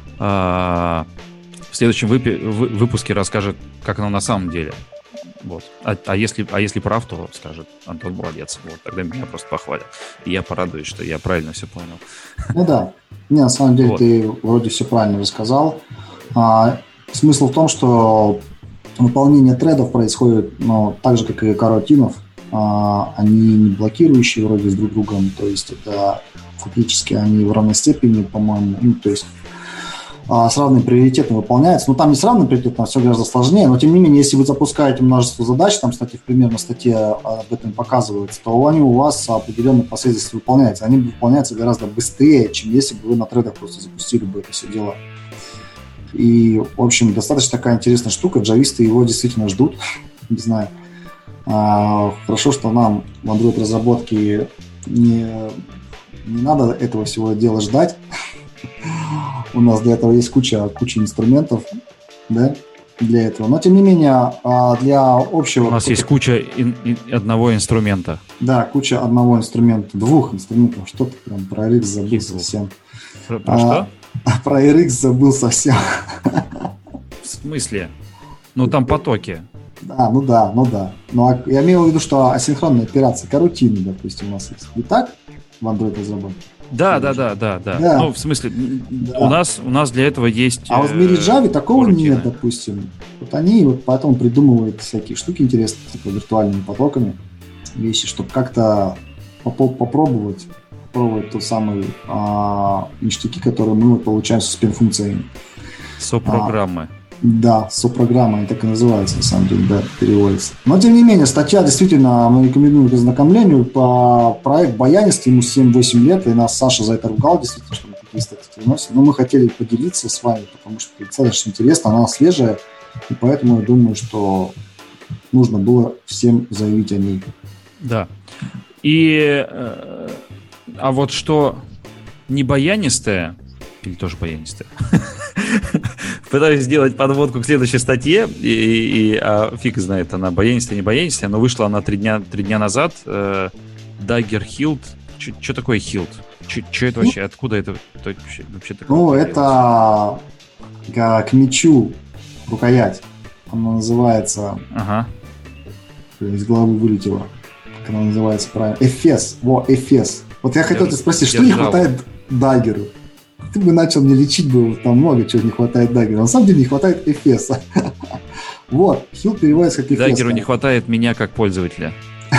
в следующем выпи- вы- выпуске расскажет, как оно на самом деле. Вот. А, а, если, а если прав, то скажет: Антон молодец. Вот. Тогда меня просто похвалят. И я порадуюсь, что я правильно все понял. Ну да. Не, на самом деле вот. Ты вроде все правильно рассказал. А, смысл в том, что выполнение тредов происходит, ну, так же, как и каротинов. А, они не блокирующие вроде с друг другом. То есть это фактически они в равной степени, по-моему, ну, то есть с равным приоритетом выполняется. Ну, там не с равным приоритетом, а все гораздо сложнее. Но, тем не менее, если вы запускаете множество задач, там, кстати, в примерно статье об этом показывается, то они у вас определенной последовательности выполняются. Они выполняются гораздо быстрее, чем если бы вы на тредах просто запустили бы это все дело. И, в общем, достаточно такая интересная штука. Джависты его действительно ждут. Не знаю. А, хорошо, что нам в Android-разработке не, не надо этого всего дела ждать. У нас для этого есть куча, куча инструментов, да, для этого. Но, тем не менее, для общего... У нас есть куча ин- ин- одного инструмента. Да, куча одного инструмента, двух инструментов. Что ты прям про эр икс забыл Каких совсем. Про, про а, что? Про эр икс забыл совсем. В смысле? Ну, там потоки. Да, ну да, ну да. Но я имею в виду, что асинхронные операции, карутины, допустим, у нас есть. И так в Android-разработке? Да, да, да, да, да, да. Ну, в смысле, да. у нас у нас для этого есть. А вот в мире Java такого рутины. Нет, допустим. Вот они вот поэтому придумывают всякие штуки интересные, типа виртуальными потоками, вещи, чтобы как-то поп- попробовать, попробовать тот самый а, ништяки, которые мы вот получаем со спин-функциями. Сопрограммы. А, да, сопрограмма, они так и называются, на самом деле, да, переводится. Но, тем не менее, статья действительно, мы рекомендуем к ознакомлению. По проект баянист, ему семь-восемь лет, и нас Саша за это ругал, действительно, что мы такие статьи выносим. Но мы хотели поделиться с вами, потому что это достаточно интересно, она свежая, и поэтому я думаю, что нужно было всем заявить о ней. Да. И, э, а вот что не баянистое, или тоже баянистое, пытаюсь сделать подводку к следующей статье, и, и а фиг знает, она баянистая, не баянистая, но вышла она три дня, три дня назад. э, Dagger Hilt. Что такое Hilt? Что это вообще? Откуда это, это вообще, вообще такое? Ну, это к, к мечу рукоять. Она называется... Ага. Из головы вылетело. Как она называется правильно? Эфес. Во, Эфес. Вот я хотел тебя спросить, что не хватает Даггеру? Ты бы начал мне лечить, бы там много чего не хватает Даггеру. На самом деле не хватает Эфеса. Вот, Хилл переводится как Эфес. Даггеру не хватает меня как пользователя.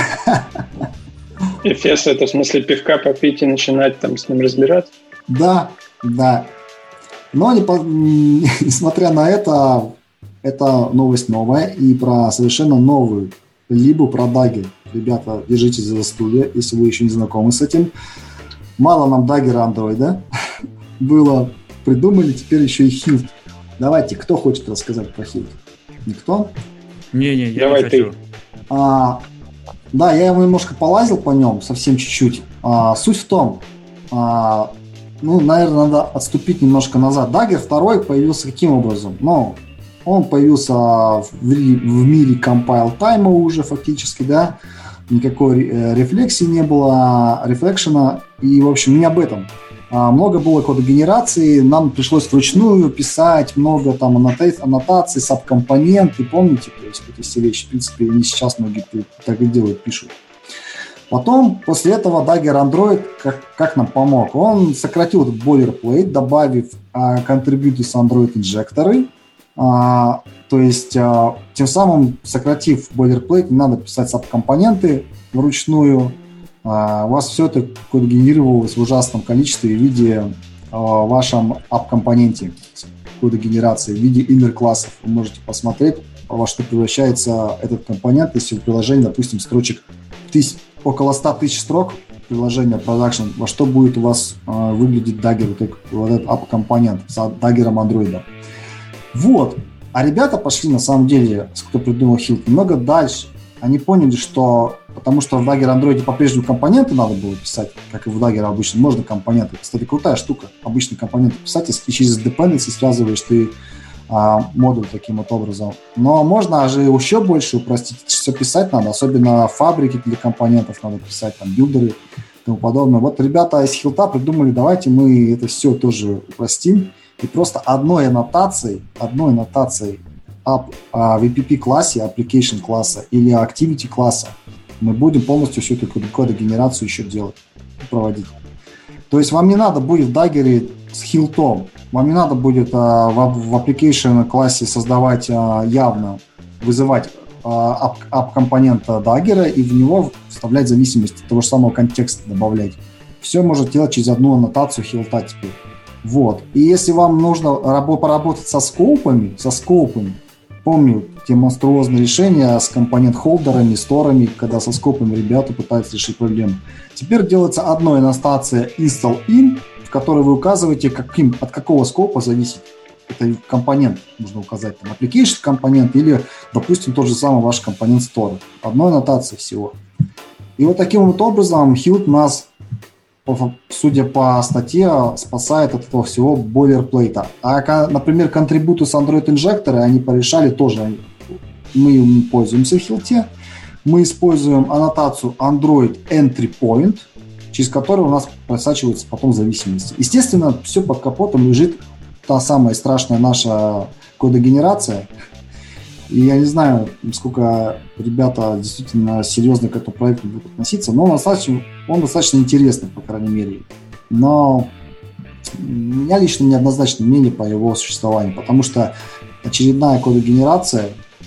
Эфес — это в смысле пивка попить и начинать там с ним разбираться? Да, да. Но не, несмотря на это, это новость новая и про совершенно новую либо про Dagger. Ребята, держитесь за стулья, если вы еще не знакомы с этим. Мало нам Dagger андроида. было, придумали теперь еще и Hilt. Давайте, кто хочет рассказать про Hilt? Никто? Не-не, я Давай не хочу. ты. А, да, я его немножко полазил по нем, совсем чуть-чуть. А, суть в том, а, ну, наверное, надо отступить немножко назад. Dagger два появился каким образом? Ну, он появился в, в мире compile time уже фактически, да, никакой э, рефлексии не было, рефлекшена, и, в общем, не об этом. А, много было кодогенерации, нам пришлось вручную писать много там аннота- аннотаций, сабкомпоненты, помните, то есть эти все вещи, в принципе, они сейчас многие так и делают, пишут. Потом, после этого Dagger Android как, как нам помог? Он сократил этот boilerplate, добавив а, contributors Android инжекторы, а, то есть а, тем самым, сократив boilerplate, не надо писать сабкомпоненты вручную. Uh, у вас все это кодогенерировалось в ужасном количестве в виде uh, в вашем app-компоненте кодогенерации, в виде inner классов. Вы можете посмотреть, во что превращается этот компонент, если в приложении, допустим, строчек тысяч, около ста тысяч строк приложения production, во что будет у вас uh, выглядеть Dagger, вот этот, вот этот app-компонент с Dagger'ом Android. Вот. А ребята пошли, на самом деле, кто придумал Hilt, немного дальше. Они поняли, что потому что в Dagger Android по-прежнему компоненты надо было писать, как и в Dagger обычно, можно компоненты. Кстати, крутая штука, обычные компоненты писать, и через dependency связываешь ты а, модуль таким вот образом. Но можно же еще больше упростить, все писать надо, особенно фабрики для компонентов надо писать, там, билдеры и тому подобное. Вот ребята из Hilt придумали, давайте мы это все тоже упростим, и просто одной аннотацией, одной аннотацией App, а, в ви пи пи-классе, application класса или activity класса мы будем полностью всю эту кодогенерацию еще делать, проводить. То есть вам не надо будет в Dagger с Hilt, вам не надо будет а, в, в application классе создавать а, явно, вызывать а, app-компонент Dagger и в него вставлять зависимости, того же самого контекста добавлять. Все может делать через одну аннотацию Hilt теперь. Вот. И если вам нужно рабо- поработать со скоупами, со скоупами, помню те монструозные решения с компонент-холдерами, сторами, когда со скопами ребята пытаются решить проблему. Теперь делается одна инстанция install-in, в которой вы указываете, каким, от какого скопа зависит это компонент. Нужно указать там application компонент или, допустим, тот же самый ваш компонент store. Одной аннотации всего. И вот таким вот образом Hilt нас, судя по статье, спасает от этого всего бойлерплейта. А, например, контрибуты с Android инжекторы, они порешали тоже. Мы им пользуемся в Hilt. Мы используем аннотацию Android Entry Point, через которую у нас просачиваются потом зависимости. Естественно, все под капотом лежит та самая страшная наша кодогенерация. И я не знаю, насколько ребята действительно серьезно к этому проекту будут относиться, но он достаточно, он достаточно интересный, по крайней мере. Но у меня лично неоднозначное мнение по его существованию, потому что очередная кодогенерация,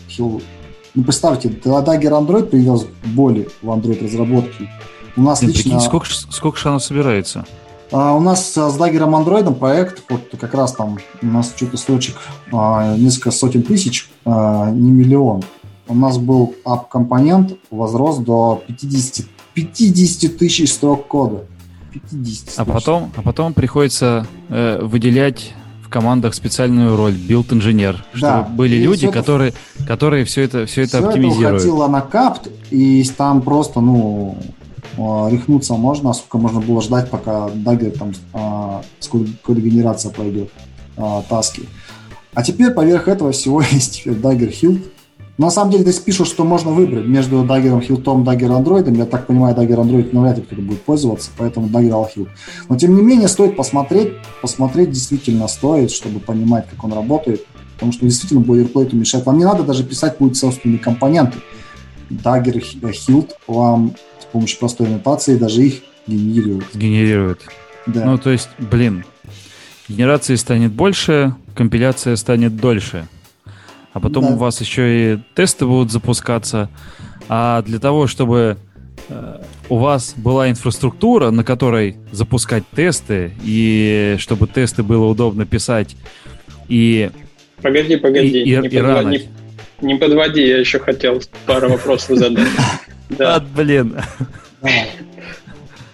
ну, представьте, Dagger Android привез боли в Android разработке. У нас Нет, лично... Прикинь, сколько, сколько же оно собирается? А, у нас с Dagger Android проект, вот как раз там у нас что-то строчек а, несколько сотен тысяч, а, не миллион. У нас был app-компонент, возрос до пятьдесят, пятьдесят тысяч строк кода. пятьдесят а, потом, а потом приходится э, выделять в командах специальную роль билд-инженер, Да. чтобы были И люди, все которые, которые все это, все это все оптимизируют. это уходило на капт, и там просто, ну, рехнуться можно, сколько можно было ждать, пока Dagger там а, кодогенерация пройдет, а, таски. А теперь поверх этого всего есть теперь Dagger Hilt. На самом деле здесь пишут, что можно выбрать между Dagger Hilt и Dagger Android. Я так понимаю, Dagger Android навряд ли кто-то будет пользоваться, поэтому Dagger Hilt. Но тем не менее стоит посмотреть, посмотреть действительно стоит, чтобы понимать, как он работает, потому что действительно бойлерплейту мешает. Вам не надо даже писать будет собственные компоненты. Dagger Hilt вам с помощью простой аннотации даже их генерирует. Генерирует. Да. Ну, то есть, блин, генерации станет больше, компиляция станет дольше. А потом Да. у вас еще и тесты будут запускаться. А для того, чтобы э, у вас была инфраструктура, на которой запускать тесты, и чтобы тесты было удобно писать, и... Погоди, погоди, и, и, не, и подводи, не, не подводи, я еще хотел пару вопросов задать. А, блин.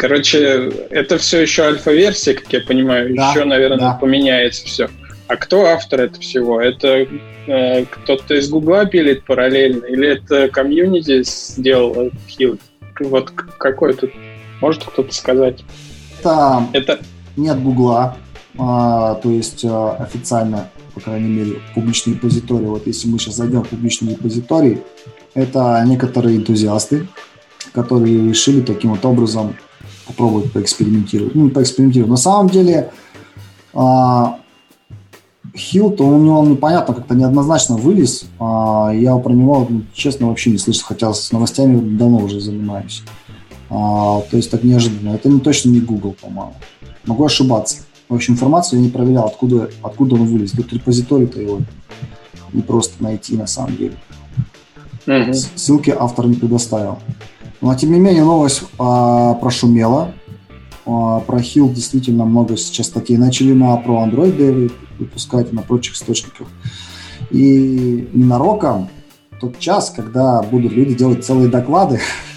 Короче, это все еще альфа-версия, как я понимаю. Да, еще, наверное, да. поменяется все. А кто автор этого всего? Это э, кто-то из Гугла пилит параллельно? Или это комьюнити сделал Hilt? Вот какой тут? Может кто-то сказать? Это, это... не от Гугла, а, то есть а, официально, по крайней мере, публичный репозиторий. Вот если мы сейчас зайдем в публичный репозиторий, это некоторые энтузиасты, которые решили таким вот образом попробовать поэкспериментировать. Ну, поэкспериментировать. На самом деле, а, Hilt, у него непонятно, как-то неоднозначно вылез. А, я про него, честно, вообще не слышал, хотя с новостями давно уже занимаюсь. А, то есть так неожиданно. Это не, точно не Google, по-моему. Могу ошибаться. В общем, информацию я не проверял, откуда, откуда он вылез. Тут репозиторий-то его не просто найти на самом деле. Mm-hmm. Ссылки автор не предоставил. Но, тем не менее, новость а, прошумела. А, про Hilt действительно много сейчас статей начали на про Android выпускать, на прочих источниках. И ненароком тот час, когда будут люди делать целые доклады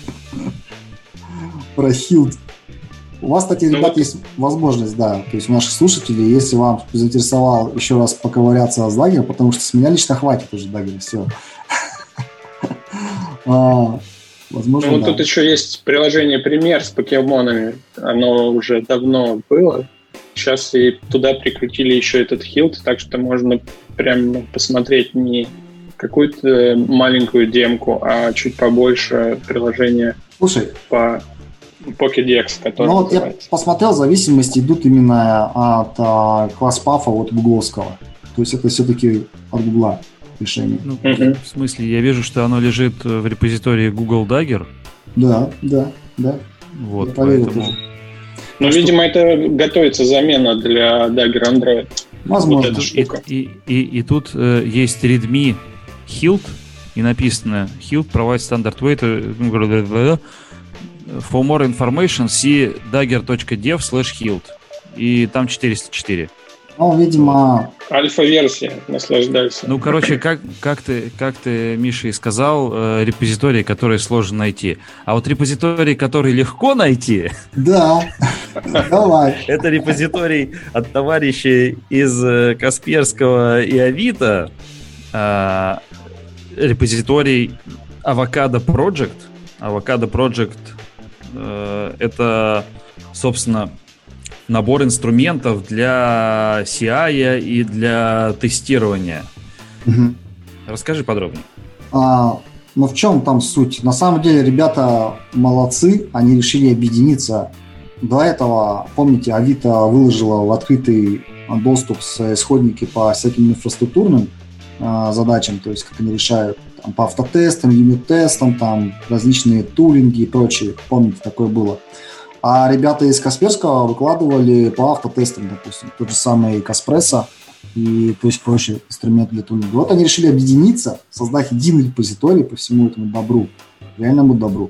про Hilt. У вас, кстати, ребят, ну, есть возможность, да, то есть у наших слушателей, если вам заинтересовал еще раз поковыряться с Dagger, потому что с меня лично хватит уже Dagger, все. Возможно, ну, да. Тут еще есть приложение «Пример» с покемонами. Оно уже давно было. Сейчас и туда прикрутили еще этот Hilt, так что можно прям посмотреть не какую-то маленькую демку, а чуть побольше приложение. Слушай, по Pokédex, который ну вот я посмотрел, зависимости идут именно от а, класс-пафа от гугловского. То есть это все-таки от Гугла решение. Ну, uh-huh. В смысле, я вижу, что оно лежит в репозитории Google Dagger. Да, да, да. Вот, я поэтому... Ну, ну видимо, это готовится замена для Dagger Android. Возможно. Вот эта штука. И, и, и, и тут э, есть readme Hilt, и написано Hilt provides standard way to... For more information, see dagger.dev slash hilt. И там четыреста четыре. Ну, видимо... Альфа-версия, наслаждайся. Ну, короче, как, как, ты, как ты, Миша, и сказал, э, репозитории, которые сложно найти. А вот репозитории, которые легко найти... Да, давай. Это репозиторий от товарищей из Касперского и Авито. Репозиторий Avocado Project. Avocado Project э, это, собственно, набор инструментов для си ай и для тестирования. Угу. Расскажи подробнее. А, ну, в чем там суть? На самом деле, ребята молодцы, они решили объединиться. До этого, помните, Авито выложила в открытый доступ с исходники по всяким инфраструктурным а, задачам, то есть как они решают там, по автотестам, юнит-тестам, там различные тулинги и прочее. Помните, такое было. А ребята из Касперского выкладывали по автотестам, допустим, тот же самый Каспрессо и то есть прочие инструменты для тулинга. Вот они решили объединиться, создать единый репозиторий по всему этому добру, реальному добру.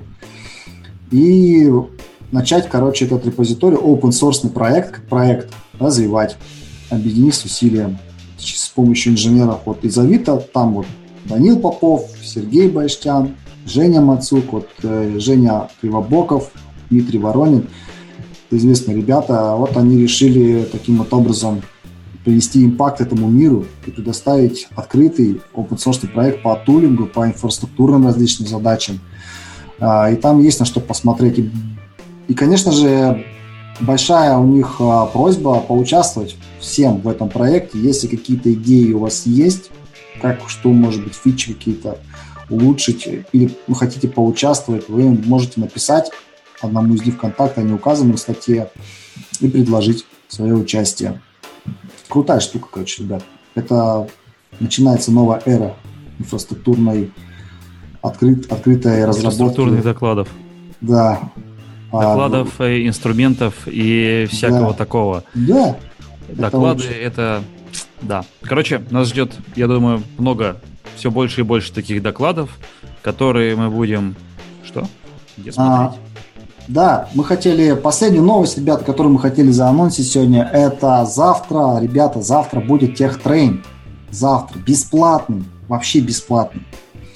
И начать, короче, этот репозиторий, open-source проект, как проект, развивать, объединив с усилием с помощью инженеров вот из Авито, там вот Данил Попов, Сергей Байштян, Женя Мацук, вот э, Женя Кривобоков, Дмитрий Воронин, известные ребята, вот они решили таким вот образом принести импакт этому миру и предоставить открытый open-source проект по тулингу, по инфраструктурным различным задачам. А, и там есть на что посмотреть. И, и, конечно же, большая у них а, просьба поучаствовать всем в этом проекте. Если какие-то идеи у вас есть, как, что, может быть, фичи какие-то улучшить, или вы хотите поучаствовать, вы можете написать одному из них ВКонтакте, они указаны в статье, и предложить свое участие. Крутая штука, короче, ребят. Это начинается новая эра инфраструктурной открыт, открытой разработки. Инфраструктурных докладов. Да. Докладов, а, инструментов и всякого да. такого. Да. Доклады это, это... Да. Короче, нас ждет, я думаю, много, все больше и больше таких докладов, которые мы будем... Что? Где смотреть? А, да, мы хотели... Последнюю новость, ребята, которую мы хотели заанонсить сегодня, это завтра, ребята, завтра будет техтрейн. Завтра. Бесплатный. Вообще бесплатный.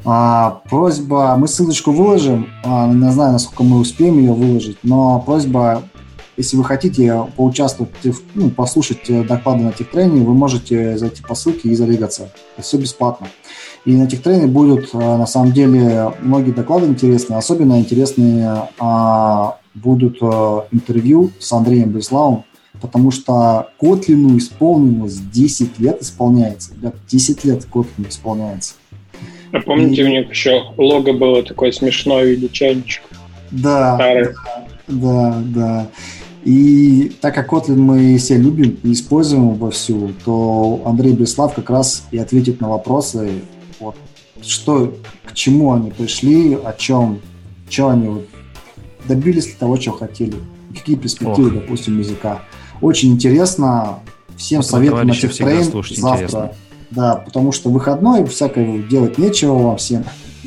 А, просьба, мы ссылочку выложим, а, не знаю, насколько мы успеем ее выложить, но просьба, если вы хотите поучаствовать, ну, послушать доклады на техтрейне, вы можете зайти по ссылке и зарегаться. Это все бесплатно. И на техтрейне будут, на самом деле, многие доклады интересные, особенно интересные а, будут а, интервью с Андреем Бреславом, потому что Котлину исполнилось десять лет исполняется. Ребят, десять лет Котлину исполняется. А помните, и... у них еще лого было такое смешное в виде чайничка? Да, да, да, да. И так как Kotlin мы все любим и используем его вовсю, то Андрей Бреслав как раз и ответит на вопросы, вот, что, к чему они пришли, о чем, что они вот, добились ли того, что хотели, какие перспективы, Ох. допустим, языка. Очень интересно, всем это советую на техтрейн завтра. Интересно. Да, потому что выходной, всякое делать нечего вам всем.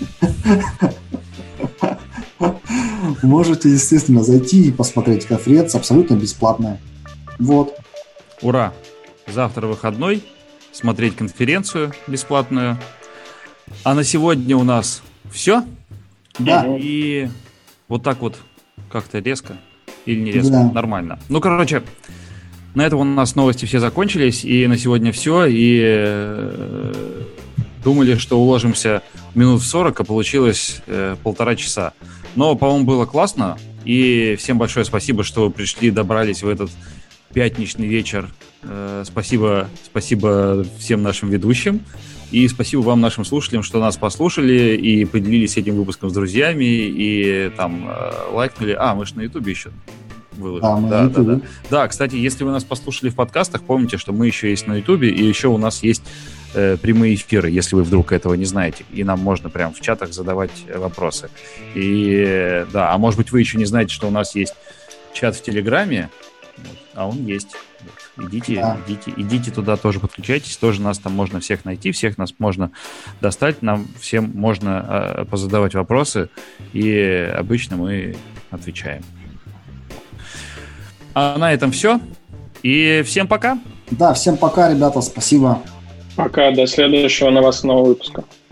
Можете, естественно, зайти и посмотреть конференцию, абсолютно бесплатная. Вот. Ура! Завтра выходной, смотреть конференцию бесплатную. А на сегодня у нас все. Да. И вот так вот как-то резко или не резко, да. Нормально. Ну, короче, на этом у нас новости все закончились, и на сегодня все. И думали, что уложимся минут в сорок, а получилось э, полтора часа. Но, по-моему, было классно. И всем большое спасибо, что вы пришли, добрались в этот пятничный вечер. Э, спасибо, спасибо всем нашим ведущим. И спасибо вам, нашим слушателям, что нас послушали и поделились этим выпуском с друзьями. И там э, лайкнули. А, мы же на Ютубе еще выложили. А, да, да, да. Да, кстати, если вы нас послушали в подкастах, помните, что мы еще есть на Ютубе. И еще у нас есть прямые эфиры, если вы вдруг этого не знаете, и нам можно прям в чатах задавать вопросы. И да, а может быть вы еще не знаете, что у нас есть чат в Телеграме, а он есть. Вот. Идите, да. идите, идите туда тоже подключайтесь, тоже нас там можно всех найти, всех нас можно достать, нам всем можно э, позадавать вопросы, и обычно мы отвечаем. А на этом все, и всем пока. Да, всем пока, ребята, спасибо. Пока, до следующего новостного выпуска.